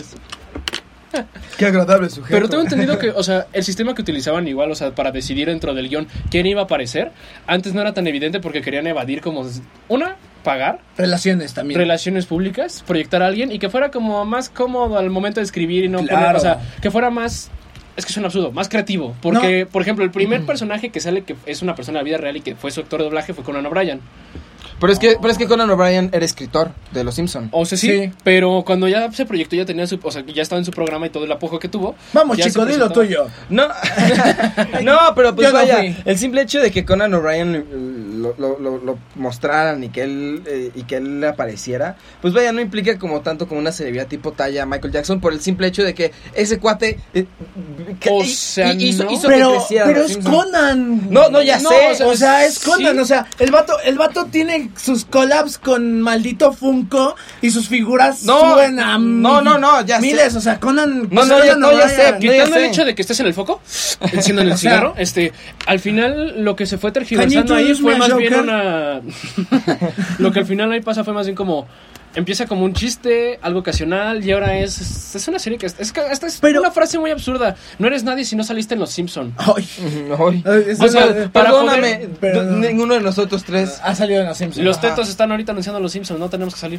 Qué agradable sujeto. Pero tengo entendido que, o sea, el sistema que utilizaban igual, o sea, para decidir dentro del guión quién iba a aparecer, antes no era tan evidente porque querían evadir como, pagar Relaciones también. relaciones públicas, proyectar a alguien y que fuera como más cómodo al momento de escribir y no Claro. poner, o sea, que fuera más... Es que es un absurdo, más creativo. Porque, por ejemplo, el primer personaje que sale que es una persona de la vida real y que fue su actor de doblaje fue Conan O'Brien. Pero es que Conan O'Brien era escritor de Los Simpson. O sea, sí, pero cuando ya se proyectó ya tenía su... O sea, ya estaba en su programa y todo el apogeo que tuvo. Vamos, ya se chico, dilo presentaba. tuyo. No, no, pero pues Yo no vaya, fui. el simple hecho de que Conan O'Brien lo mostraran y que él apareciera, pues vaya, no implica como tanto como una celebridad tipo talla Michael Jackson por el simple hecho de que ese cuate O sea, hizo no. que Pero creciera es Los Simpson. Conan. No, ya No, sé. O sea, es Conan, sí. o sea, el vato tiene sus collabs con maldito Funko y sus figuras No, suben a no, ya sé. miles, o sea, Conan. No, o sea, no, ya Conan sé, O'Brien. no, ya Quitando el sé. hecho de que estés en el foco, enciendan el O sea, cigarro, al final lo que se fue tergiversando Can you ahí fue introduce más me, bien Joker? una... Lo que al final ahí pasa fue más bien como... Empieza como un chiste, algo ocasional, y ahora es una serie que... Esta es Pero- una frase muy absurda. No eres nadie si no saliste en Los Simpson. Ay, Ay. eso O sea, es- para Perdóname, poder- pero- ninguno de nosotros tres. ha salido en los Simpsons. Los Ajá. tetos están ahorita anunciando Los Simpsons, no tenemos que salir.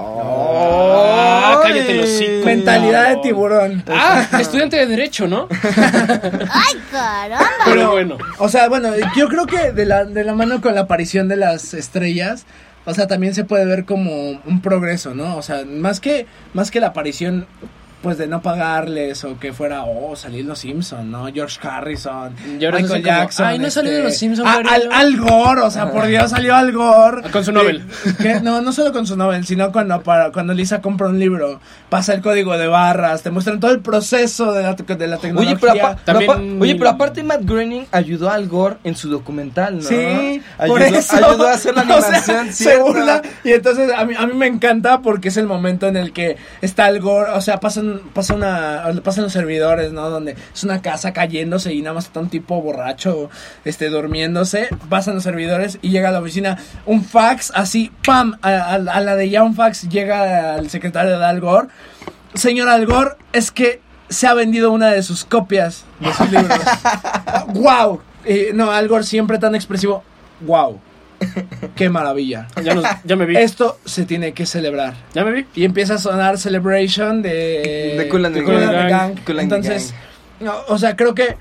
Ay. Cállate el hocico. Mentalidad de tiburón. Ah, estudiante de Derecho, ¿no? ¡Ay, caramba! Pero bueno. O sea, bueno, yo creo que de la mano con la aparición de las estrellas, o sea, también se puede ver como un progreso, ¿no? O sea, más que la aparición, pues, de no pagarles o que fuera, salir los Simpson, ¿no? George Harrison, Y ahora Michael dicen como, Jackson. "Ay, no ha salido los Simpson, Al Gore, o sea, por Dios, salió Al Gore. Con su Nobel. Que no solo con su Nobel, sino cuando Lisa compra un libro, pasa el código de barras, te muestran todo el proceso de la tecnología. También- pero aparte Matt Groening ayudó a Al Gore en su documental, ¿no? Sí, ayudó, por eso. ayudó a hacer la O sea, animación, se ¿cierto? burla. Y entonces a mí me encanta porque es el momento en el que está Al Gore, o sea, pasan los servidores, ¿no? Donde es una casa cayéndose y nada más está un tipo borracho, durmiéndose. Pasan los servidores y llega a la oficina un fax, así, ¡pam! A la de ya un fax llega al secretario de Al Gore. Señor Al Gore, es que se ha vendido una de sus copias de sus libros. ¡Wow! No, Al Gore siempre tan expresivo. ¡Wow! ¡Qué maravilla! Ya me vi. Esto se tiene que celebrar. Ya me vi. Y empieza a sonar Celebration de Kool and the Kool and the Gang. Gang. Kool and the Entonces, no, o sea, creo que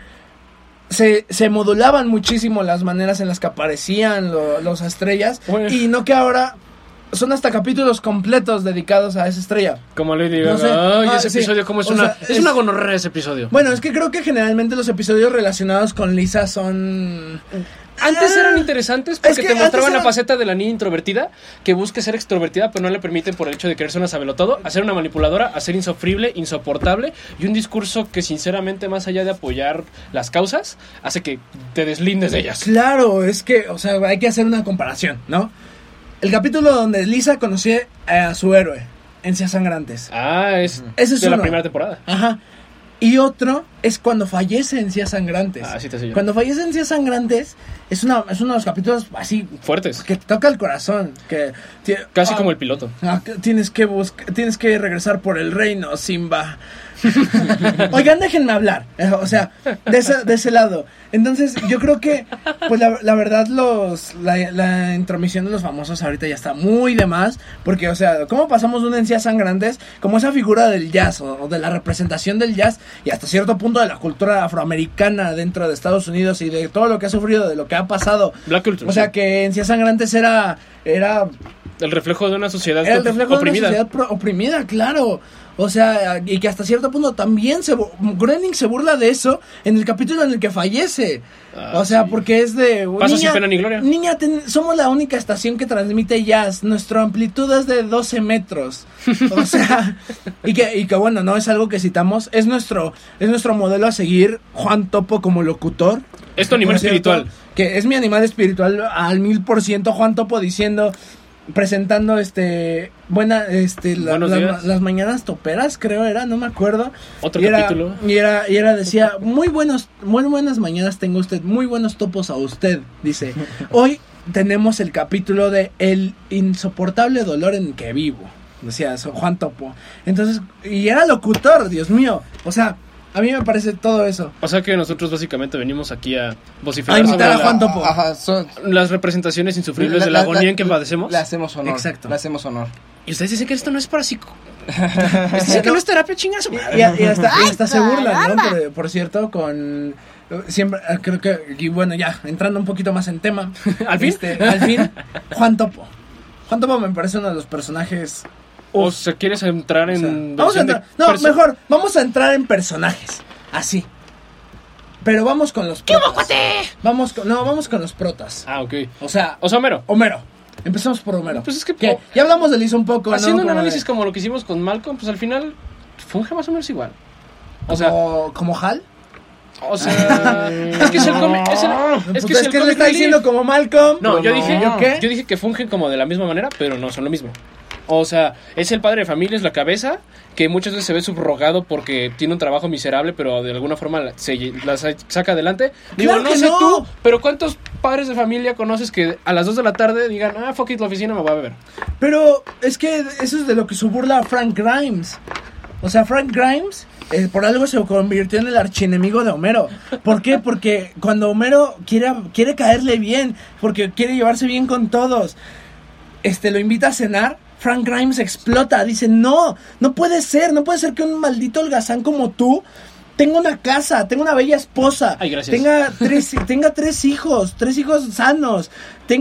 se modulaban muchísimo las maneras en las que aparecían los estrellas. Bueno. Y no que ahora son hasta capítulos completos dedicados a esa estrella. Como Lady Gaga. No sé. Ay, ese Sí. episodio, como es O una... sea, es una gonorrea ese episodio. Bueno, es que creo que generalmente los episodios relacionados con Lisa son... Antes eran interesantes porque Es que te mostraban antes la eran- faceta de la niña introvertida que busca ser extrovertida, pero no le permiten por el hecho de querer ser una sabelotodo, a ser una manipuladora, a ser insufrible, insoportable y un discurso que sinceramente más allá de apoyar las causas, hace que te deslindes de ellas. Claro, es que, o sea, hay que hacer una comparación, ¿no? El capítulo donde Lisa conoció a su héroe, Encías Sangrantes. Ah, es Ese es de la uno. primera temporada. Ajá. Y otro es cuando fallece Encías Sangrantes. Ah, sí te sé yo. Cuando fallece Encías Sangrantes es uno de los capítulos así Fuertes. que te toca el corazón, que Casi como el piloto. tienes que regresar por el reino, Simba. Oigan, déjenme hablar. O sea, de ese lado. Entonces, yo creo que, pues la verdad, la intromisión de los famosos ahorita ya está muy de más. Porque, o sea, ¿cómo pasamos de una Encías Sangrantes como esa figura del jazz o de la representación del jazz y hasta cierto punto de la cultura afroamericana dentro de Estados Unidos y de todo lo que ha sufrido, de lo que ha pasado? Black Culture. O sea, sí. que Encías Sangrantes era El reflejo de una sociedad era el reflejo oprimida. de una sociedad oprimida, claro. O sea, y que hasta cierto punto también Groening se burla de eso en el capítulo en el que fallece. Ah, o sea, sí. porque es de... Pasa sin pena ni gloria. Niña, somos la única estación que transmite jazz. Nuestra amplitud es de 12 metros. O sea, y que bueno, no es algo que citamos. Es nuestro modelo a seguir, Juan Topo como locutor. Es tu animal Por cierto, espiritual. Que es mi animal espiritual al 1000%. Juan Topo diciendo... presentando Buenos días. las mañanas toperas, creo era, no me acuerdo. Otro Y era- capítulo. Y era decía, muy buenas mañanas tengo usted, muy buenos topos a usted, dice. Hoy tenemos el capítulo de El insoportable dolor en que vivo, decía eso, Juan Topo. Entonces, y era locutor, Dios mío. O sea, a mí me parece todo eso. O sea que nosotros básicamente venimos aquí a vociferar A imitar sobre a Juan Topo. Ajá, las representaciones insufribles de la agonía en que padecemos. Le hacemos honor. Exacto. Le hacemos honor. Y ustedes dicen que esto no es para psico. Dicen que no es terapia, chinga su madre. Y hasta se burlan, ¿no? caramba! Por cierto, con... Siempre, creo que... Y bueno, ya, entrando un poquito más en tema. ¿Al fin? Al fin, Juan Topo. Juan Topo me parece uno de los personajes... O sea, ¿quieres entrar o sea, en... vamos a versión de entrar... No, perso- mejor, vamos a entrar en personajes. Así. Pero vamos con los protas. Vamos con los protas. Ah, ok. O sea, Homero. Homero. Empezamos por Homero. Pues es que... Ya hablamos de Lisa un poco, Haciendo ¿no? un Como análisis de- como lo que hicimos con Malcolm, pues al final funge más o menos igual. O sea, como Hal. es que es el cómic... Es Pues que es el le comic está relief. diciendo como Malcolm. No, yo dije, ¿Yo qué? yo dije que fungen como de la misma manera, pero no son lo mismo. O sea, es el padre de familia, es la cabeza, que muchas veces se ve subrogado porque tiene un trabajo miserable, pero de alguna forma la saca adelante. Digo, ¡Claro no que sé no! tú, pero ¿cuántos padres de familia conoces que a las 2 de la tarde digan, fuck it, la oficina me voy a beber? Pero es que eso es de lo que se burla Frank Grimes. O sea, Frank Grimes por algo se convirtió en el archienemigo de Homero. ¿Por qué? Porque cuando Homero quiere caerle bien, porque quiere llevarse bien con todos, lo invita a cenar. Frank Grimes explota, dice, no puede ser que un maldito holgazán como tú tenga una casa, tenga una bella esposa, Ay, gracias. tenga tres hijos sanos,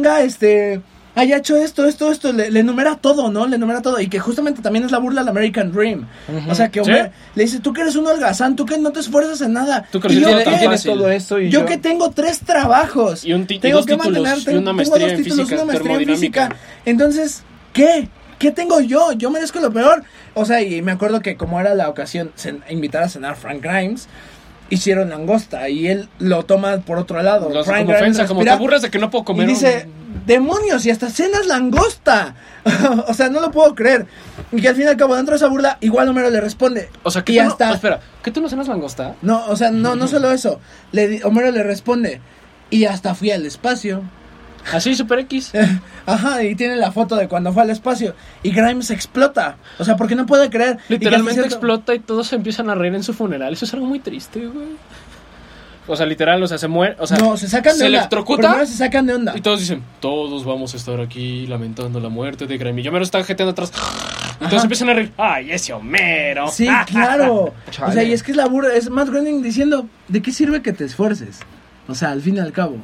haya hecho esto, le enumera todo, ¿no? Le enumera todo, y que justamente también es la burla del American Dream. O sea, que Homero le dice, tú que eres un holgazán, tú que no te esfuerzas en nada. Tú que ¿Y yo eres qué? tan fácil. todo esto y Yo que tengo 3 trabajos. Y Tengo dos que títulos, mantener, y una tengo maestría 2 en títulos, física, una maestría en termodinámica. física. Entonces, ¿qué? ¿Qué tengo yo? Yo merezco lo peor. O sea, y me acuerdo que como era la ocasión invitar a cenar Frank Grimes, hicieron langosta y él lo toma por otro lado. Lo hace Frank como Grimes ofensa, como respira te burlas de que no puedo comer. y dice, demonios, y hasta cenas langosta. O sea, no lo puedo creer. Y que al fin y al cabo, dentro de esa burla, igual Homero le responde. O sea, que y tú hasta... no, espera, ¿que tú no cenas langosta? No, o sea, no solo eso. Homero le responde, y hasta fui al espacio. Así, Super X. Ajá, y tiene la foto de cuando fue al espacio. Y Grimes explota. O sea, porque no puede creer. Y que Literalmente hasta cierto- explota y todos se empiezan a reír en su funeral. Eso es algo muy triste, güey. O sea, literal, o sea, se muere. O sea, No, se sacan de se onda. electrocuta. Primero se sacan de onda. Y todos dicen, todos vamos a estar aquí lamentando la muerte de Graham. Y yo me lo estaba jeteando atrás. Y todos empiezan a reír. ¡Ay, ese Homero! Sí, claro. Chale. O sea, y es que es la burla. Es Matt Groening diciendo, ¿de qué sirve que te esfuerces? O sea, al fin y al cabo.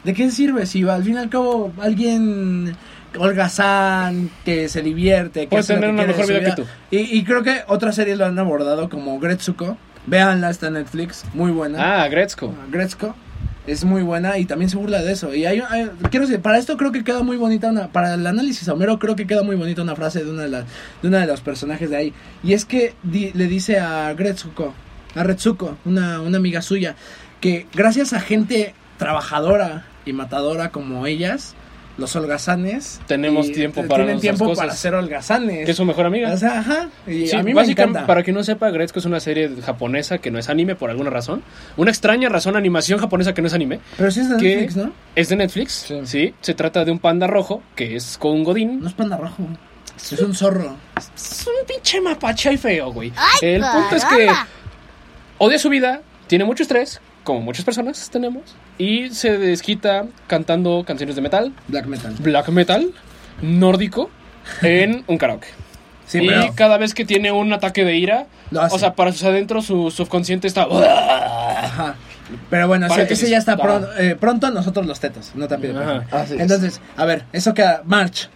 ¿de qué sirve si al fin y al cabo alguien holgazán, que se divierte, que puede hace lo tener que una quiere mejor de su vida que tú? Y creo que otras series lo han abordado, como Gretsuko. Véanla, está en Netflix, muy buena. Gretzko. Gretzko es muy buena y también se burla de eso. Y quiero decir, para esto creo que queda muy bonita para el análisis a Homero creo que queda muy bonita una frase de una de los personajes de ahí. Y es que le dice a Retsuko, una amiga suya, que gracias a gente trabajadora y matadora como ellas, los holgazanes tenemos tiempo para tienen nuestras tiempo cosas. para ser holgazanes. Que es su mejor amiga. O sea, ajá. Y Sí, a mí me básicamente, encanta. para quien no sepa, Gretzko es una serie japonesa que no es anime por alguna razón. Una extraña razón, animación japonesa que no es anime. Pero sí es de que Netflix, ¿no? Es de Netflix, sí. Se trata de un panda rojo que es con un godín. No es panda rojo. Es un zorro. Es un pinche mapache y feo, güey. ¡Ay, El punto es que caramba! odia su vida, tiene mucho estrés, como muchas personas tenemos, y se desquita cantando canciones de metal, black metal, nórdico, en un karaoke. Sí, y pero cada vez que tiene un ataque de ira, lo hace. o sea, para sus adentros, su subconsciente está... Ajá. Pero bueno, ese ya está pronto nosotros los tetos, no te pido. Ajá. Así es. Entonces, a ver, eso queda. March.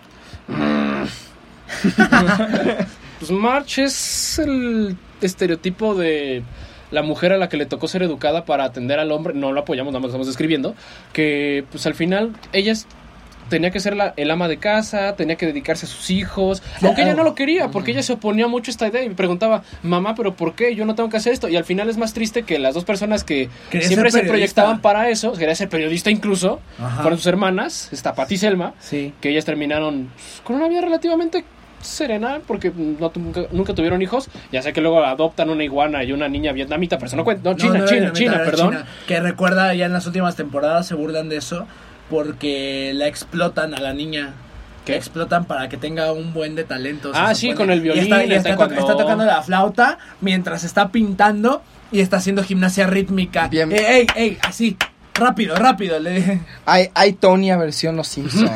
Pues March es el estereotipo de la mujer a la que le tocó ser educada para atender al hombre. No lo apoyamos, nada más lo estamos describiendo. Que pues al final ella tenía que ser el ama de casa, tenía que dedicarse a sus hijos, aunque ella no lo quería, porque ella se oponía mucho a esta idea y me preguntaba, mamá, ¿pero por qué? Yo no tengo que hacer esto. Y al final es más triste que las dos personas que Quería siempre ser se periodista. proyectaban para eso, quería ser periodista incluso, Ajá. fueron sus hermanas, Pati y Selma, Sí. que ellas terminaron pues, con una vida relativamente serena, porque nunca tuvieron hijos. Ya sé que luego adoptan una iguana y una niña vietnamita, pero eso no cuenta. No, China, perdón. Que recuerda, ya en las últimas temporadas se burlan de eso porque la explotan a la niña. ¿Qué? La explotan para que tenga un buen de talento. Ah, se sí, supone. con el violín, Y está taekwondo. tocando la flauta mientras está pintando y está haciendo gimnasia rítmica. Bien. Ey, así. Rápido. Le dije. Hay Tonya versión Los Simpsons.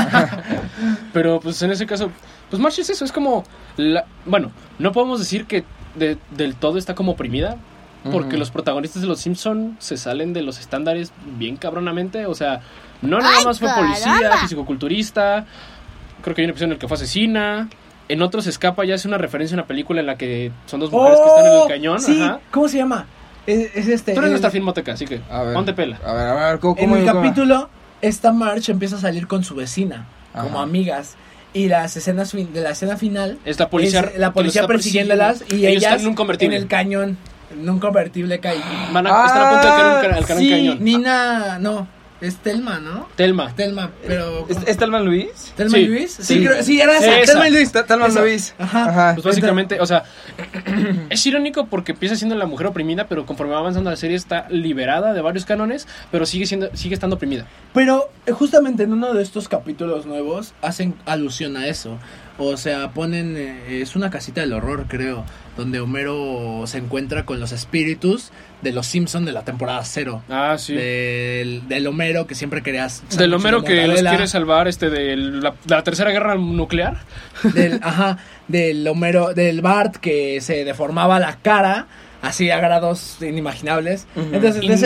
Pero pues en ese caso, pues March es eso, es como bueno, no podemos decir que del todo está como oprimida, porque los protagonistas de Los Simpson se salen de los estándares bien cabronamente, o sea, no nada ¡Ay, más fue policía, caramba! fisicoculturista, creo que hay una episodio en el que fue asesina, en otros se escapa, ya hace una referencia a una película en la que son dos mujeres que están en el cañón. Sí, Ajá. ¿cómo se llama? Es este. Tú eres nuestra filmoteca, así que A ver. ponte pela. A ver, ¿cómo En el cómo? capítulo, esta March empieza a salir con su vecina, Ajá. como amigas. Y las escenas de la escena final Es la policía es la policía que los está persiguiéndolas y Ellos ellas están en un convertible. en el cañón, en un convertible cae. Están a punto de caer al Sí, cañón. Nina, no, es Telma, ¿no? Telma. Telma, pero ¿Es Telman Luis? ¿Telma Sí. y Luis? Sí. Sí, era esa, Esa. Telma y Luis. Telman Esa. Luis. Ajá. Pues básicamente, o sea, es irónico porque empieza siendo la mujer oprimida, pero conforme va avanzando la serie está liberada de varios cánones, pero sigue estando oprimida. Pero justamente en uno de estos capítulos nuevos hacen alusión a eso. O sea, ponen, es una casita del horror, creo, donde Homero se encuentra con los espíritus de los Simpson de la temporada 0. Ah, sí. Del Homero que siempre querías. Del Homero que los quiere salvar de la tercera guerra nuclear. Del Homero, del Bart que se deformaba la cara así a grados inimaginables. Entonces, de ese-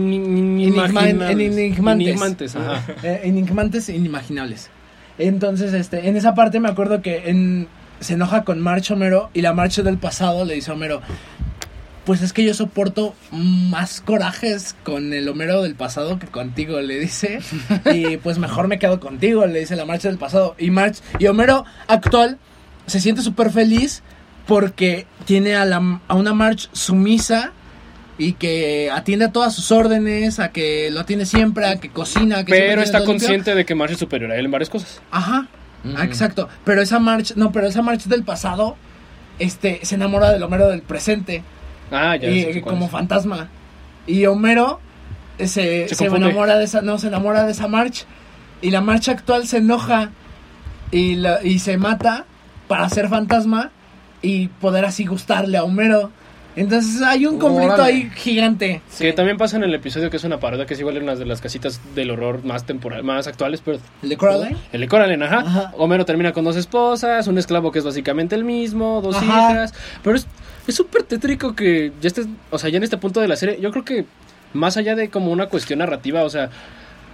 Enigmantes, ajá. enigmantes e inimaginables. Entonces, en esa parte me acuerdo que se enoja con March Homero y la March del pasado le dice a Homero, pues es que yo soporto más corajes con el Homero del pasado que contigo, le dice, y pues mejor me quedo contigo, le dice la March del pasado. Y Homero actual se siente súper feliz porque tiene a una March sumisa y que atiende a todas sus órdenes, a que lo atiende siempre, a que cocina, que Pero siempre está tiene todo limpio. consciente de que Marge es superior a él en varias cosas. Ajá, exacto. Pero esa March del pasado, se enamora del Homero del presente. Ah, ya Y sé cuál como es. fantasma. Y Homero se confunde. enamora de esa March. Y la March actual se enoja y se mata para ser fantasma y poder así gustarle a Homero. Entonces hay un conflicto Órale. ahí gigante. Que también pasa en el episodio que es una parodia, que es igual en una de las casitas del horror más actuales, pero ¿El de Coraline? el de Coraline, ajá. Ajá. Homero termina con 2 esposas, un esclavo que es básicamente el mismo, 2 Ajá. hijas, pero es súper tétrico que ya en este punto de la serie, yo creo que más allá de como una cuestión narrativa, o sea,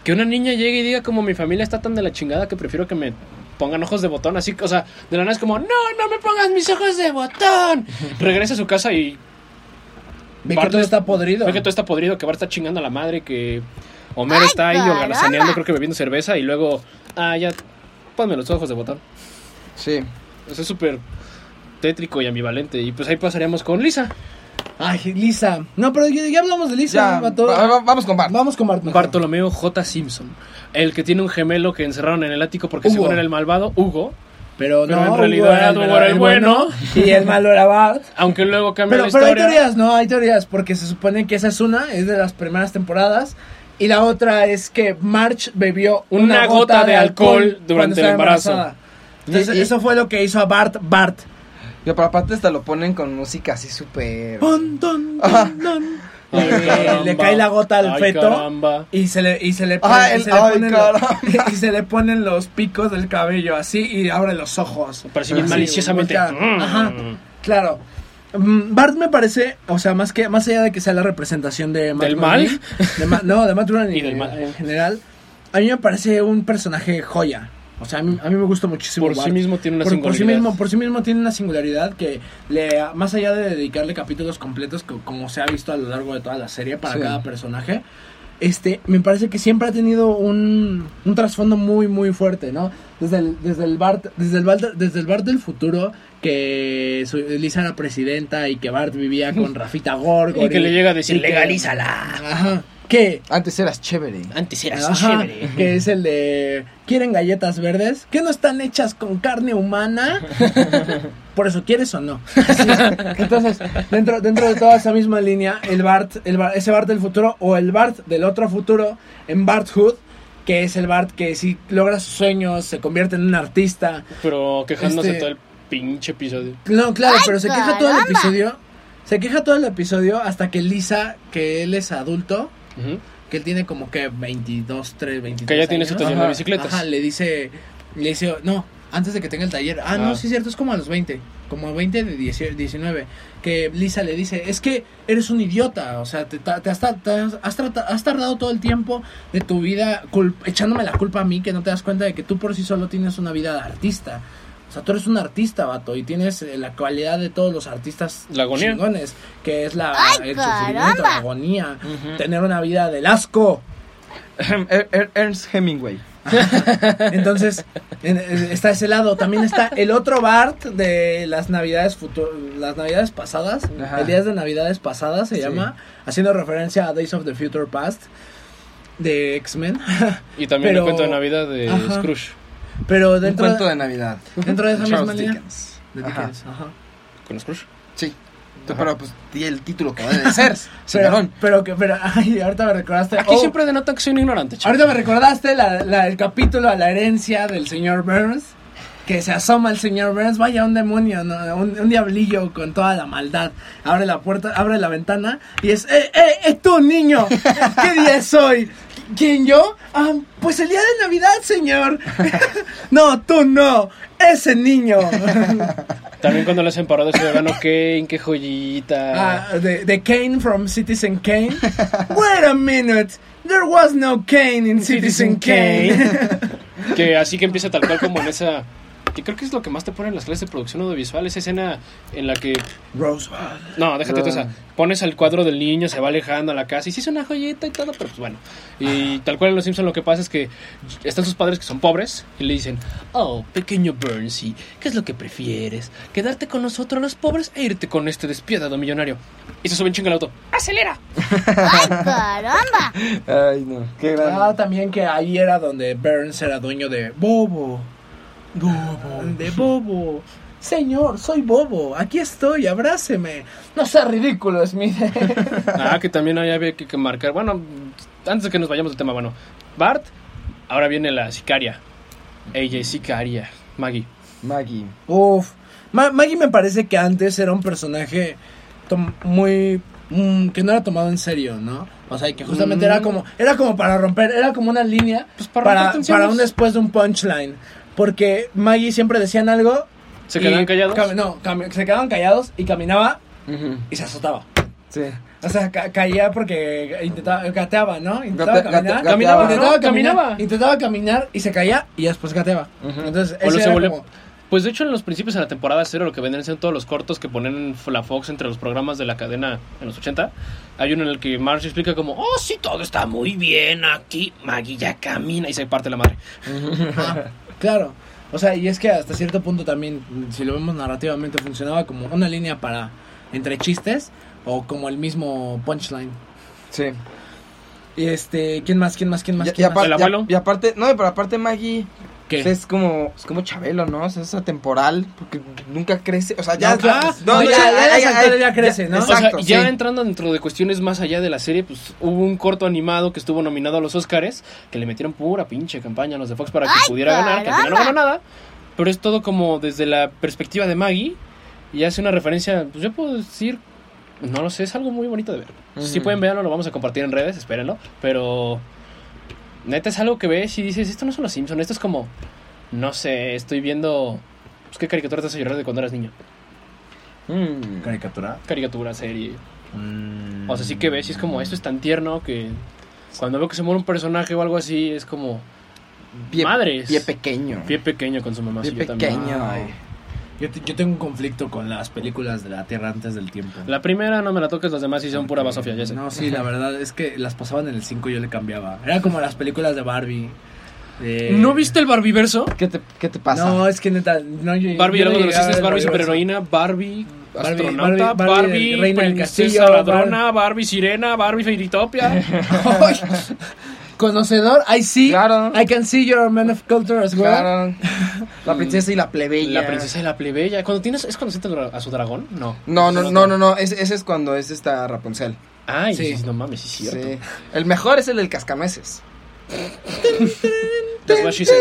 que una niña llegue y diga como mi familia está tan de la chingada que prefiero que me pongan ojos de botón, así, o sea, de la nada es como, no me pongas mis ojos de botón. Regresa a su casa y Ve que todo está podrido. Ve que todo está podrido, que Bart está chingando a la madre, que Homer está ahí holgazaneando, creo que bebiendo cerveza, y luego, ya, ponme los ojos de botón. Sí. Eso es súper tétrico y ambivalente. Y pues ahí pasaríamos con Lisa. Ay, Lisa. No, pero ya hablamos de Lisa. Ya, vamos con Bart. Vamos con Bart. Bartolomeo J. Simpson. El que tiene un gemelo que encerraron en el ático porque según era el malvado, Hugo. Pero no, en realidad Hugo era el bueno. Y el malo era Bart. Aunque luego cambia la historia. Pero hay teorías, porque se supone que esa es de las primeras temporadas. Y la otra es que Marge bebió una gota de alcohol durante el embarazo. Entonces, eso fue lo que hizo a Bart. Pero aparte hasta lo ponen con música así súper... Le cae la gota al feto. Caramba. Y se le ponen los picos del cabello así y abre los ojos. Parece bien maliciosamente. Ajá, claro. Bart me parece, o sea, más allá de que sea la representación de Matt ¿Del Groening, mal? De Matt Groening y del mal en general, a mí me parece un personaje joya. O sea, a mí me gusta muchísimo. Por sí mismo tiene una singularidad. Por sí mismo tiene una singularidad que más allá de dedicarle capítulos completos, como se ha visto a lo largo de toda la serie para cada personaje, me parece que siempre ha tenido un trasfondo muy muy fuerte, ¿no? Desde el Bart del futuro, que Lisa era presidenta y que Bart vivía con Rafita Gorgor y que le llega a decir legalízala. Ajá. ¿Qué? Antes eras chévere. Chévere. Que es el de... ¿Quieren galletas verdes? ¿Que no están hechas con carne humana? Por eso, ¿quieres o no? Sí. Entonces, dentro de toda esa misma línea, ese Bart del futuro o el Bart del otro futuro en Barthood, que es el Bart que si logra sus sueños, se convierte en un artista. Pero quejándose todo el pinche episodio. No, claro, pero se queja todo el episodio. Se queja todo el episodio hasta que Lisa, que él es adulto... Que él tiene como que 22 que ya tiene su taller de bicicletas. Ajá, le dice, no, antes de que tenga el taller. No, sí es cierto, es como a los 20, como 20 de 19, que Lisa le dice, es que eres un idiota, o sea, has tardado todo el tiempo de tu vida echándome la culpa a mí, que no te das cuenta de que tú por sí solo tienes una vida de artista. O sea, tú eres un artista, vato, y tienes la cualidad de todos los artistas chingones, que es el sufrimiento, la agonía, tener una vida del asco. Ernest Hemingway. Entonces, está ese lado. También está el otro Bart de las navidades pasadas. Ajá. El Días de Navidades Pasadas se llama, haciendo referencia a Days of the Future Past de X-Men. Y también el cuento de Navidad de Scrooge. Pero dentro un cuento de Navidad. Dentro de esa misma línea. Dickens. De Dickens. Ajá. ¿Con Scrooge? Sí. Pero pues di el título que debe de ser, señorón. Pero ay, ahorita me recordaste. Aquí siempre denota que soy un ignorante, chico. Ahorita me recordaste el capítulo a la herencia del señor Burns. Que se asoma el señor Burns, vaya un demonio, ¿no? un diablillo con toda la maldad. Abre la puerta, abre la ventana y es tú, niño. ¿Qué día es hoy? ¿Quién, yo? Pues el día de Navidad, señor. No, tú no, ese niño. También cuando le hacen parodia de Ciudadano Kane, qué joyita. De Kane from Citizen Kane. Wait a minute, there was no Kane in Citizen Kane. Que así que empieza tal cual como en esa... Que creo que es lo que más te ponen en las clases de producción audiovisual, esa escena en la que... Rosebud. No, déjate tú esa. Pones al cuadro del niño, se va alejando a la casa y sí es una joyita y todo, pero pues bueno. Y tal cual en Los Simpsons lo que pasa es que están sus padres que son pobres y le dicen, oh, pequeño Burnsy, ¿qué es lo que prefieres? ¿Quedarte con nosotros los pobres e irte con este despiadado millonario? Y se suben chinga el auto. ¡Acelera! ¡Ay, caramba! Ay, no, qué grande. También que ahí era donde Burns era dueño de Bobo. De Bobo. Señor, soy Bobo, aquí estoy, abráceme. No sea ridículo, Smith. Que también había que marcar. Bueno, antes de que nos vayamos del tema, bueno, Bart, ahora viene la sicaria. Ella es sicaria, Maggie. Uf, Maggie me parece que antes era un personaje muy... que no era tomado en serio, ¿no? O sea, que justamente era como para romper, era como una línea pues para un después de un punchline. Porque Maggie siempre decían algo. ¿Se quedaban callados? Se quedaban callados y caminaba y se azotaba. Sí. O sea, caía porque gateaba, ¿no? Intentaba caminar y se caía y después gateaba. Entonces, O ese se era volvió- como... Pues de hecho en los principios de la temporada 0, lo que vendrían siendo todos los cortos que ponen la Fox entre los programas de la cadena en los 80, hay uno en el que Marge explica como, oh sí, todo está muy bien aquí, Maggie ya camina y se parte la madre. Claro, o sea, y es que hasta cierto punto también, si lo vemos narrativamente, funcionaba como una línea para entre chistes o como el mismo punchline. Sí. Y ¿quién más? Y ¿El abuelo? aparte, no, pero aparte Maggie ¿Qué? es como Chabelo, ¿no? O sea, es atemporal, porque nunca crece, o sea, ya... No, claro. Ya crece, ¿no? Exacto, o sea, ya sí. entrando dentro de cuestiones más allá de la serie, pues hubo un corto animado que estuvo nominado a los Oscars, que le metieron pura pinche campaña a los de Fox para que pudiera ganar, que al final no ganó nada, pero es todo como desde la perspectiva de Maggie, y hace una referencia, pues yo puedo decir, no lo sé, es algo muy bonito de ver. Si pueden verlo, lo vamos a compartir en redes, espérenlo, pero neta es algo que ves y dices, esto no son los Simpsons, esto es como, no sé, estoy viendo, pues qué caricatura te hace llorar de cuando eras niño. ¿Caricatura? Caricatura, serie. O sea, sí que ves y es como, esto es tan tierno que cuando veo que se muere un personaje o algo así, es como, madres. Pie pequeño. Pie pequeño con su mamá. Pie sí, yo también. pequeño. Ay. Yo tengo un conflicto con las películas de la Tierra antes del tiempo. La primera no me la toques, las demás sí son pura basofia, ya sé. No, sí, la verdad es que las pasaban en el 5 y yo le cambiaba. Era como las películas de Barbie. ¿No viste el Barbiverso? ¿Qué te pasa? No, es que neta, no, Barbie, yo el no logo de los llegaba cisnes, al Barbie Barbiverso. superheroína, Barbie astronauta, Barbie Barbie reina del princesa castillo, ladrona, Barbie sirena, Barbie fairytopia. Ay, conocedor, I see, Claro. I can see you're a man of culture as well. Claro. La princesa y la plebeya. La princesa y la plebeya. ¿Es cuando siente a su dragón? No. No. Ese es cuando es esta Rapunzel. Ay, Sí. sí, no mames, sí es cierto. Sí. El mejor es el del cascanueces. That's what she said.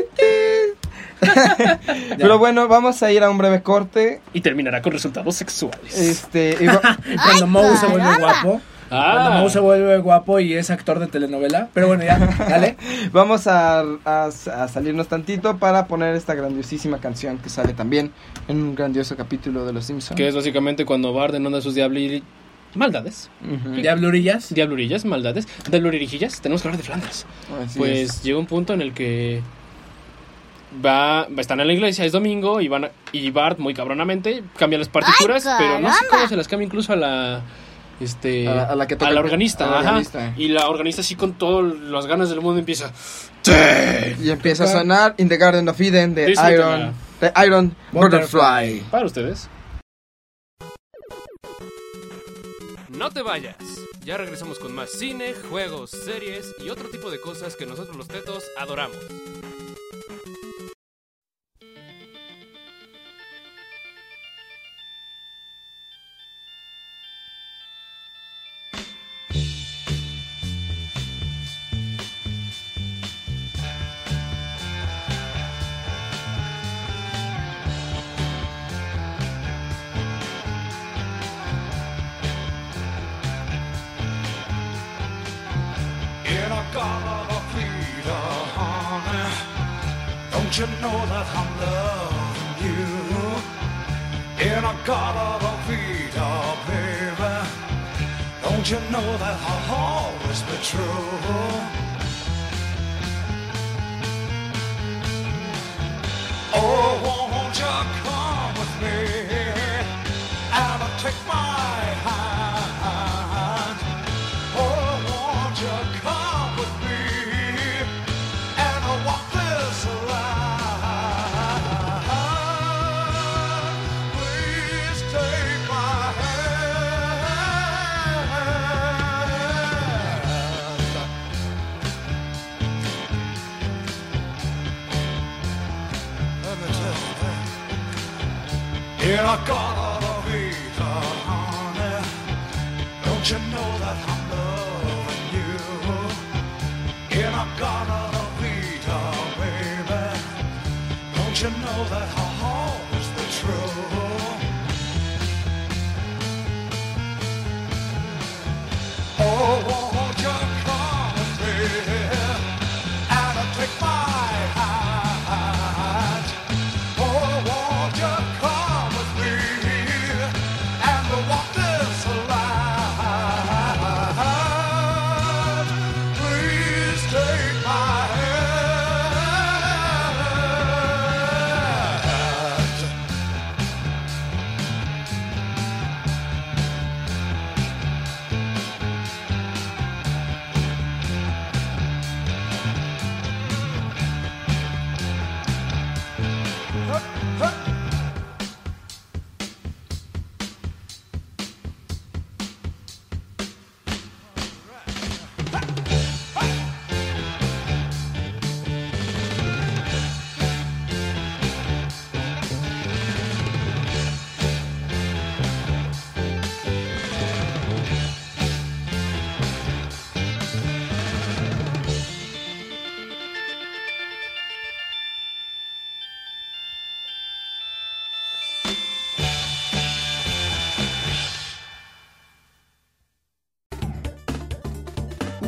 Pero bueno, vamos a ir a un breve corte. Y terminará con resultados sexuales. Cuando Moe se vuelve caramba. guapo. Cuando Moe se vuelve guapo y es actor de telenovela. Pero bueno, ya, dale. Vamos a salirnos tantito para poner esta grandiosísima canción que sale también en un grandioso capítulo de Los Simpsons. Que es básicamente cuando Bart en onda de sus maldades. Diablurillas. Diablurillas, maldades. Diablurijillas. Tenemos que hablar de Flanders. Así Pues es. llega un punto en el que están en la iglesia, es domingo, y Bart muy cabronamente cambia las partituras, ¡Ay, pero no sé caramba! cómo se las cambia incluso a la a la que toca- a la organista, a la ajá. organista. Y la organista así con todas las ganas del mundo empieza Y empieza a sonar In the Garden of Eden de Disfrútenla. Iron Butterfly. para ustedes. No te vayas. Ya regresamos con más cine, juegos, series y otro tipo de cosas que nosotros los tetos adoramos. In a garden of freedom, honey, don't you know that I'm loving you? In a garden of freedom, baby, don't you know that I'll always be true? Oh, won't you come with me and take my hand? Oh, won't you come with me and walk this line? Please take my hand. Let me tell you, in a garden of Eden, honey, don't you know that I'm loving you? In a garden of Eden, baby, don't you know that I'll always be true? Oh, won't you come with me and take my hand? Oh, won't you come with me and walk this line?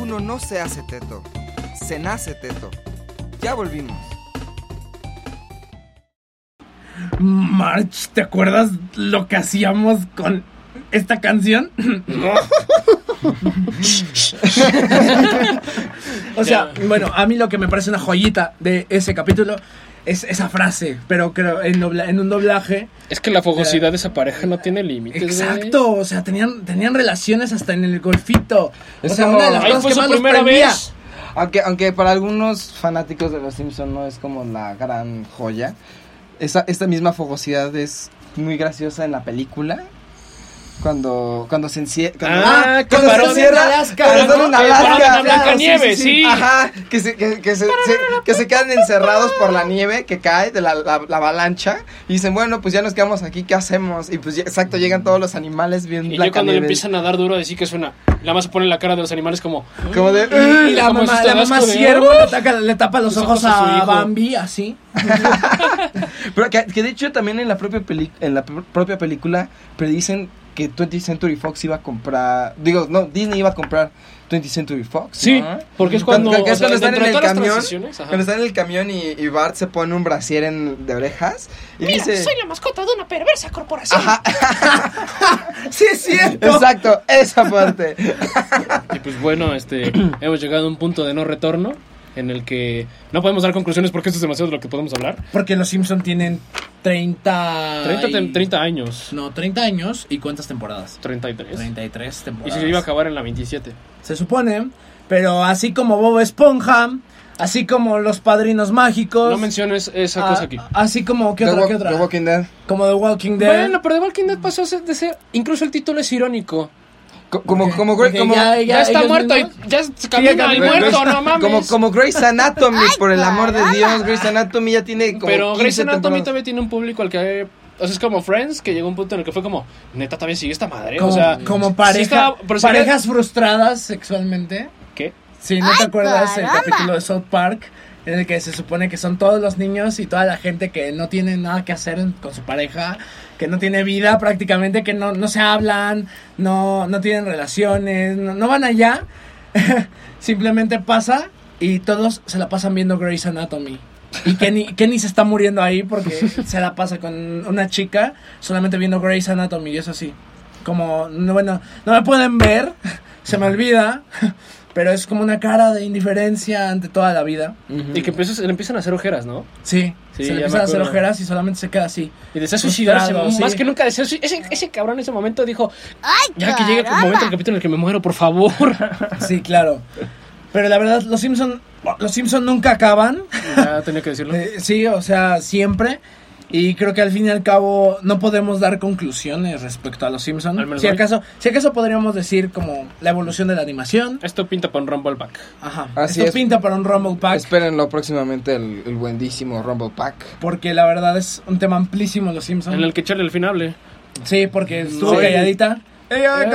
uno no se hace teto, se nace teto. Ya volvimos. March, ¿te acuerdas lo que hacíamos con esta canción? O sea, bueno, a mí lo que me parece una joyita de ese capítulo es esa frase, pero creo en un doblaje. Es que la fogosidad de esa pareja no tiene límites. Exacto, o sea, tenían relaciones hasta en el golfito. Es o sea, como- una de las Ahí cosas fue que su más los primera prendía. vez. Aunque para algunos fanáticos de Los Simpson no es como la gran joya, esta misma fogosidad es muy graciosa en la película. Cuando se encierra. Ah, que cuando se parodia encierra. en Alaska, Cuando ¿no? están en Que parodia Alaska. a Blancanieves, sí. Ajá, que se quedan encerrados por la nieve que cae de la avalancha. Y dicen, bueno, pues ya nos quedamos aquí, ¿qué hacemos? Y pues exacto, llegan todos los animales bien Y yo cuando le Blancanieves. empiezan a dar duro, decir que suena. Nada más se pone la cara de los animales como. Como de. Y la Como mamá, este la mamá asco de- ciervo le tapa los ojos a su a hijo. Bambi, así. Pero que de hecho también en la propia propia película predicen que 20th Century Fox iba a comprar, Disney iba a comprar 20th Century Fox, Sí, ¿no? porque es cuando. Que es o sea, cuando están en dentro de el todas las camión, transiciones, ajá. cuando están en el camión y Bart se pone un brasier de orejas y dice, Soy la mascota de una perversa corporación. ajá, Sí, es cierto. exacto, esa parte. Y pues bueno, hemos llegado a un punto de no retorno en el que no podemos dar conclusiones porque esto es demasiado de lo que podemos hablar. Porque los Simpson tienen 30 años. No, 30 años. ¿Y cuántas temporadas? 33. 33 Y temporadas. se iba a acabar en la 27. Se supone, pero así como Bob Esponja, así como Los Padrinos Mágicos. No menciones esa cosa aquí. Así como, ¿qué otra? ¿Qué otra? The Walking Dead. Como The Walking Dead. Bueno, pero The Walking Dead pasó de ser. Incluso el título es irónico. Como Porque Ya está ellos muerto y mismos- ya se camina el muerto, no mames. como Grey's Anatomy, Ay, por el amor de caramba. Dios, Grey's Anatomy ya tiene como Pero 15 Grey's Anatomy temporadas. todavía tiene un público al que. O sea, es como Friends, que llegó a un punto en el que fue como, neta, todavía sigue esta madre. Como, o sea, como sí pareja, está- pero sí parejas frustradas sexualmente. ¿Qué? Sí, ¿no te Ay, acuerdas el caramba. capítulo de South Park? En el que se supone que son todos los niños y toda la gente que no tiene nada que hacer con su pareja, que no tiene vida prácticamente, que no se hablan, no tienen relaciones, no van allá. Simplemente pasa y todos se la pasan viendo Grey's Anatomy. Y Kenny se está muriendo ahí porque se la pasa con una chica solamente viendo Grey's Anatomy, y eso sí. Como, bueno, no me pueden ver, se me olvida, pero es como una cara de indiferencia ante toda la vida. Y que le empiezan a hacer ojeras, ¿no? Sí, Sí, se le ya empiezan a me hacer acuerdo. ojeras y solamente se queda así. Y desea suicidarse, Frustrado, más sí. que nunca desea suicidarse. Ese cabrón en ese momento dijo, ¡Ay, ya que llegue el caramba! momento del capítulo en el que me muero, por favor. Sí, claro. Pero la verdad, los Simpson nunca acaban. Ya tenía que decirlo. Sí, o sea, siempre. Y creo que al fin y al cabo no podemos dar conclusiones respecto a los Simpson. Al menos Si hoy. acaso podríamos decir como la evolución de la animación. Esto pinta para un Rumble Back. Ajá. Así Esto es. pinta para un Rumble Pack. Espérenlo próximamente el buenísimo Rumble Pack. Porque la verdad es un tema amplísimo los Simpson. En el que Charlie al fin hable. Sí, porque estuvo Sí. calladita. ¡Ella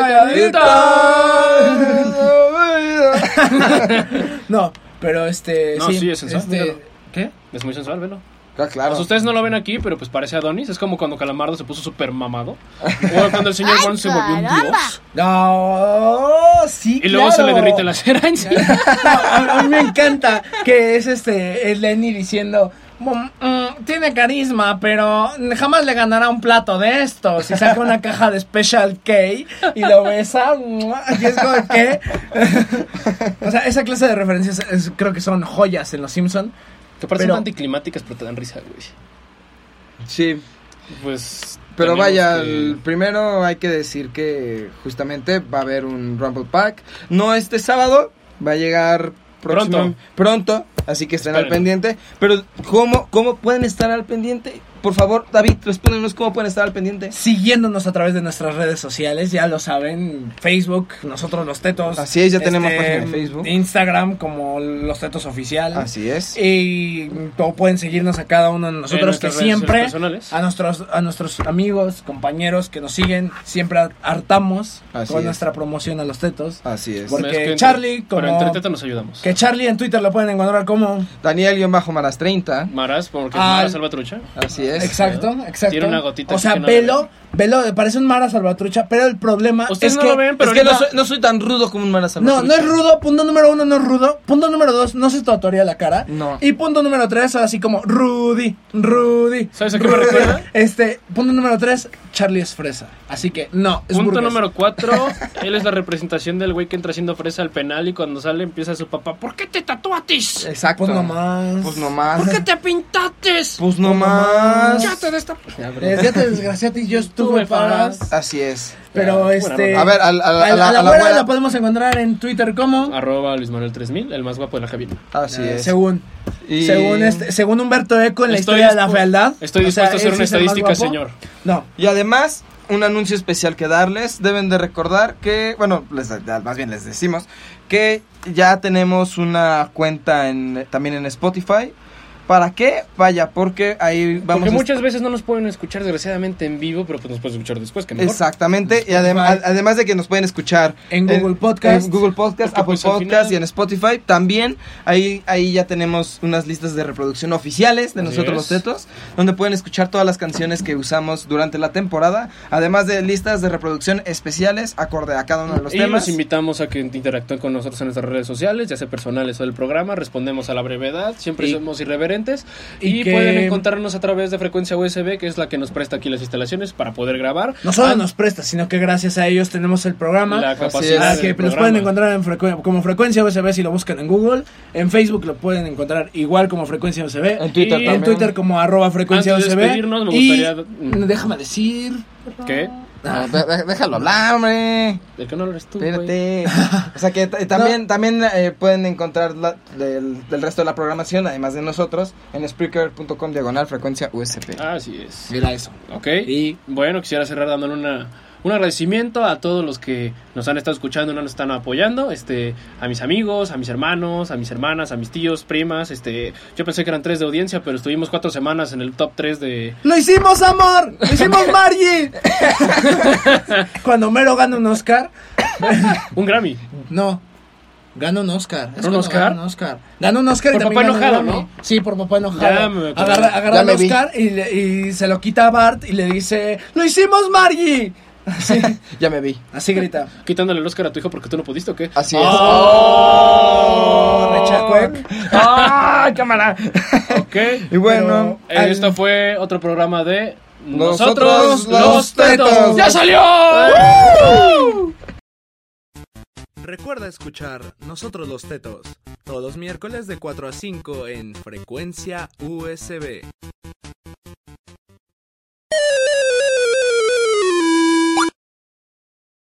No, pero No, sí, es sensual, míralo. ¿Qué? Es muy sensual, velo. Ah, claro. Pues ustedes no lo ven aquí, pero pues parece Adonis. Es como cuando Calamardo se puso súper mamado. O cuando el señor Ay, Burns se volvió un caramba. dios. No, sí, Y luego claro. se le derrite la cera encima. No, a mí me encanta que es es Lenny diciendo tiene carisma, pero jamás le ganará un plato de estos. Y saca una caja de Special K y lo besa. Y es como que o sea, esa clase de referencias creo que son joyas en los Simpson. Que parecen Pero- anticlimáticas, pero te dan risa, güey. Sí, Pues. pero tenemos vaya, que- primero hay que decir que justamente va a haber un Rumble Pack. No este sábado, va a llegar pronto, así que estén al Esperen. pendiente. Pero ¿cómo pueden estar al pendiente? Por favor, David, respóndenos cómo pueden estar al pendiente. Siguiéndonos a través de nuestras redes sociales, ya lo saben, Facebook, nosotros los tetos. Así es, ya tenemos página de Facebook. Instagram como los tetos oficial. Así es. Y pueden seguirnos a cada uno de nosotros, que nuestras redes siempre personales. a nuestros amigos, compañeros que nos siguen, siempre hartamos Así con es. nuestra promoción a los tetos. Así es. Porque Es que Charlie, Pero como- entre tetas nos ayudamos. Que Charlie en Twitter lo pueden encontrar como... Daniel-Maras30. Maras, porque Ah, Maras Salvatrucha. Así es. Exacto. Tiene una gotita O sea, así que no velo, velo, parece un Mara Salvatrucha, pero el problema Ustedes es no que... lo ven, pero es que ahorita- no soy tan rudo como un Mara No, Salvatrucha. no es rudo, punto número 1, no es rudo. Punto número 2, no se tatuaría la cara. No. Y punto número 3, así como Rudy. ¿Sabes a qué me recuerda? Punto número 3, Charlie es fresa. Así que no, es Punto burgués. número 4, él es la representación del güey que entra haciendo fresa al penal y cuando sale empieza su papá, ¿por qué te tatuatis? Exacto. Pues nomás. Pues nomás. ¿Por qué te pintates? Pues nomás. Ya te desta... Ya te desgraciaste y yo estuve para... Así es. Pero Buena A ver, a la güera güera. la podemos encontrar en Twitter como... Arroba Luis Manuel 3000, el más guapo de la cabina. Así es. Según Humberto Eco en la historia de la fealdad. Estoy O sea, dispuesto a hacer ese una es el más estadística, guapo. señor. No. Y además, un anuncio especial que darles. Deben de recordar que, bueno, más bien les decimos que ya tenemos una cuenta también en Spotify. ¿Para qué? Vaya, porque ahí vamos Porque muchas veces no nos pueden escuchar desgraciadamente en vivo, pero pues nos pueden escuchar después, que mejor. Exactamente, y además de que nos pueden escuchar En Google Podcast. en Google Podcast, Porque, Apple pues, al Podcast final- y en Spotify, también ahí ya tenemos unas listas de reproducción oficiales de Así nosotros los es. tetos, donde pueden escuchar todas las canciones que usamos durante la temporada, además de listas de reproducción especiales acorde a cada uno de los Y temas. los invitamos a que interactúen con nosotros en nuestras redes sociales, ya sea personales o del programa, respondemos a la brevedad, siempre Y- somos irreverentes y y que- pueden encontrarnos a través de frecuencia USB, que es la que nos presta aquí las instalaciones para poder grabar. No solo Ah, nos presta, sino que gracias a ellos tenemos el programa. la Así capacidad es. Que del los programa. pueden encontrar como frecuencia USB si lo buscan en Google. En Facebook lo pueden encontrar igual como frecuencia USB. En Twitter Y En también. Twitter como @frecuencia Antes de USB. despedirnos, me Y gustaría- déjame decir. ¿Qué? No, déjalo hablar, hombre. El que no lo eres tú, güey. Espérate. O sea que también pueden encontrar del resto de la programación, además de nosotros, en Spreaker.com/frecuencia USB. Así es. Mira eso. Ok. Y Bueno, quisiera cerrar dándole un agradecimiento a todos los que nos han estado escuchando y nos están apoyando, a mis amigos, a mis hermanos, a mis hermanas, a mis tíos, primas, yo pensé que eran 3 de audiencia, pero estuvimos 4 semanas en el top 3 de... ¡lo hicimos, amor! ¡Lo hicimos, Margie! Cuando Mero gana un Oscar. Un Grammy. No. Gana un Oscar. Es ¿Un cuando Oscar? Gana un Oscar. Gana un Oscar Por y también Papá gana un Enojado, Grammy. ¿no? Sí, por Papá Ya Enojado. me acordé. Agarra Ya el me vi. Oscar y se lo quita a Bart y le dice: ¡lo hicimos, Margie! Así, Ya me vi. así grita. Quitándole el Oscar a tu hijo porque tú no pudiste, ¿o qué? Así es. ¡Oh! Rechacuec. ¡Ah, cámara! Ok. Y bueno, Esto fue otro programa de... Nosotros los Tetos. ¡Ya salió! Recuerda escuchar Nosotros los Tetos todos los miércoles de 4 a 5 en Frecuencia USB.